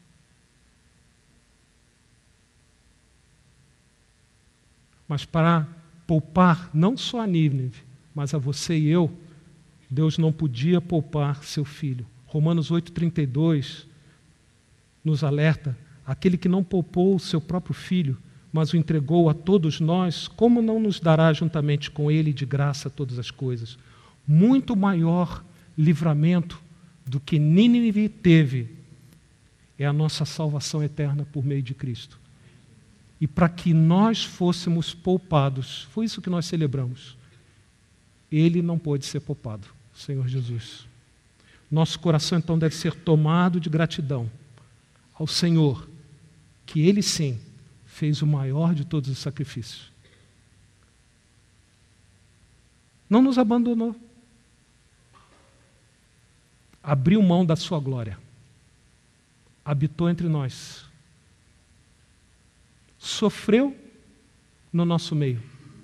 Mas para poupar não só a Nínive, mas a você e eu, Deus não podia poupar seu filho. Romanos oito, trinta e dois nos alerta, aquele que não poupou o seu próprio filho, mas o entregou a todos nós, como não nos dará juntamente com ele de graça todas as coisas? Muito maior livramento do que Nínive teve é a nossa salvação eterna por meio de Cristo. E para que nós fôssemos poupados, foi isso que nós celebramos. Ele não pôde ser poupado, o Senhor Jesus. Nosso coração então deve ser tomado de gratidão ao Senhor, que Ele sim fez o maior de todos os sacrifícios. Não nos abandonou. Abriu mão da sua glória. Habitou entre nós. Sofreu no nosso meio.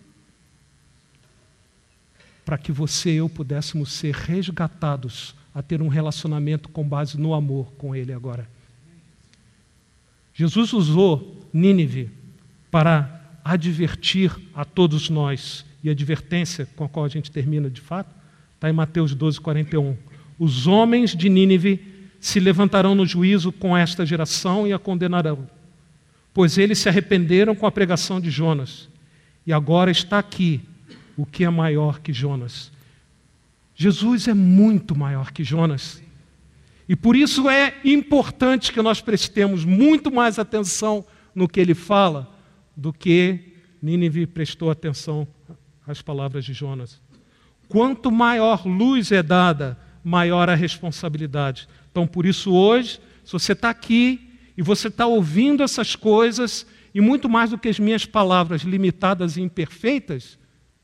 Para que você e eu pudéssemos ser resgatados a ter um relacionamento com base no amor com Ele agora. Jesus usou Nínive para advertir a todos nós. E a advertência com a qual a gente termina de fato está em Mateus doze, quarenta e um. Os homens de Nínive se levantarão no juízo com esta geração e a condenarão, pois eles se arrependeram com a pregação de Jonas. E agora está aqui o que é maior que Jonas. Jesus é muito maior que Jonas. E por isso é importante que nós prestemos muito mais atenção no que ele fala do que Nínive prestou atenção às palavras de Jonas. Quanto maior luz é dada, maior a responsabilidade. Então, por isso hoje, se você está aqui e você está ouvindo essas coisas, e muito mais do que as minhas palavras limitadas e imperfeitas,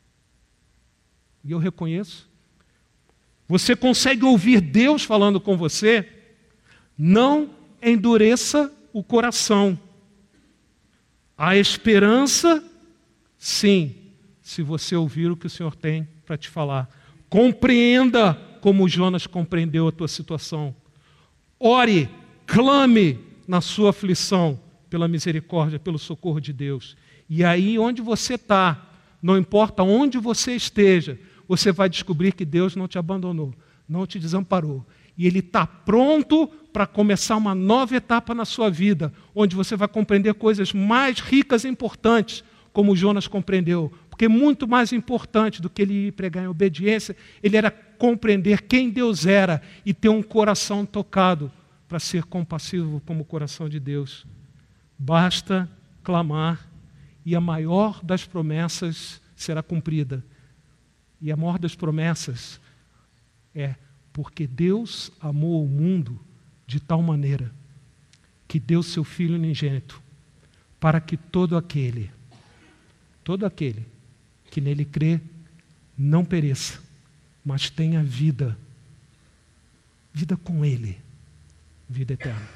e eu reconheço, você consegue ouvir Deus falando com você, não endureça o coração. Há esperança, sim, se você ouvir o que o Senhor tem para te falar. Compreenda como Jonas compreendeu a tua situação. Ore, clame na sua aflição pela misericórdia, pelo socorro de Deus. E aí onde você está, não importa onde você esteja, você vai descobrir que Deus não te abandonou, não te desamparou. E Ele está pronto para começar uma nova etapa na sua vida, onde você vai compreender coisas mais ricas e importantes, como Jonas compreendeu. Porque muito mais importante do que ele ir pregar em obediência, ele era compreender quem Deus era e ter um coração tocado para ser compassivo como o coração de Deus. Basta clamar e a maior das promessas será cumprida. E a maior das promessas é porque Deus amou o mundo de tal maneira que deu seu Filho unigênito para que todo aquele, todo aquele que nele crê não pereça, mas tenha vida, vida com Ele, vida eterna.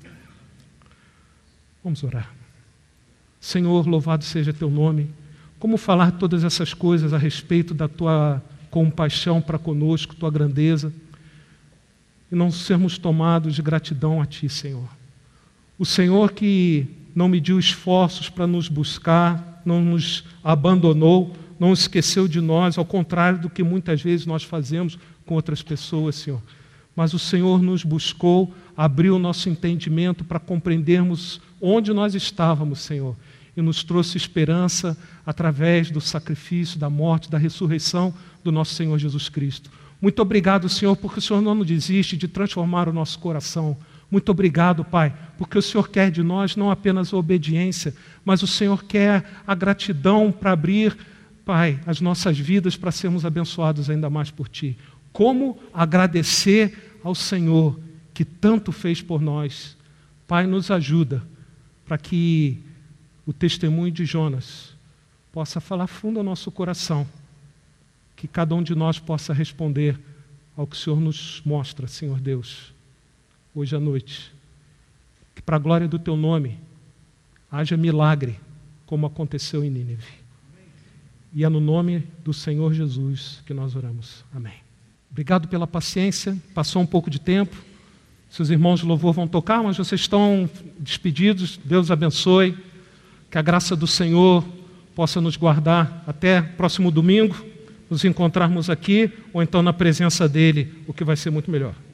Vamos orar. Senhor, louvado seja teu nome. Como falar todas essas coisas a respeito da tua compaixão para conosco, tua grandeza, e não sermos tomados de gratidão a ti, Senhor. O Senhor que não mediu esforços para nos buscar, não nos abandonou, não esqueceu de nós, ao contrário do que muitas vezes nós fazemos com outras pessoas, Senhor. Mas o Senhor nos buscou, abriu o nosso entendimento para compreendermos onde nós estávamos, Senhor, e nos trouxe esperança através do sacrifício, da morte, da ressurreição do nosso Senhor Jesus Cristo. Muito obrigado, Senhor, porque o Senhor não desiste de transformar o nosso coração. Muito obrigado, Pai, porque o Senhor quer de nós não apenas a obediência, mas o Senhor quer a gratidão para abrir, Pai, as nossas vidas para sermos abençoados ainda mais por Ti. Como agradecer ao Senhor que tanto fez por nós. Pai, nos ajuda para que o testemunho de Jonas possa falar fundo ao nosso coração, que cada um de nós possa responder ao que o Senhor nos mostra, Senhor Deus, hoje à noite. Que para a glória do Teu nome haja milagre, como aconteceu em Nínive. E é no nome do Senhor Jesus que nós oramos. Amém. Obrigado pela paciência. Passou um pouco de tempo. Seus irmãos de louvor vão tocar, mas vocês estão despedidos. Deus abençoe. Que a graça do Senhor possa nos guardar até próximo domingo, nos encontrarmos aqui, ou então na presença dEle, o que vai ser muito melhor.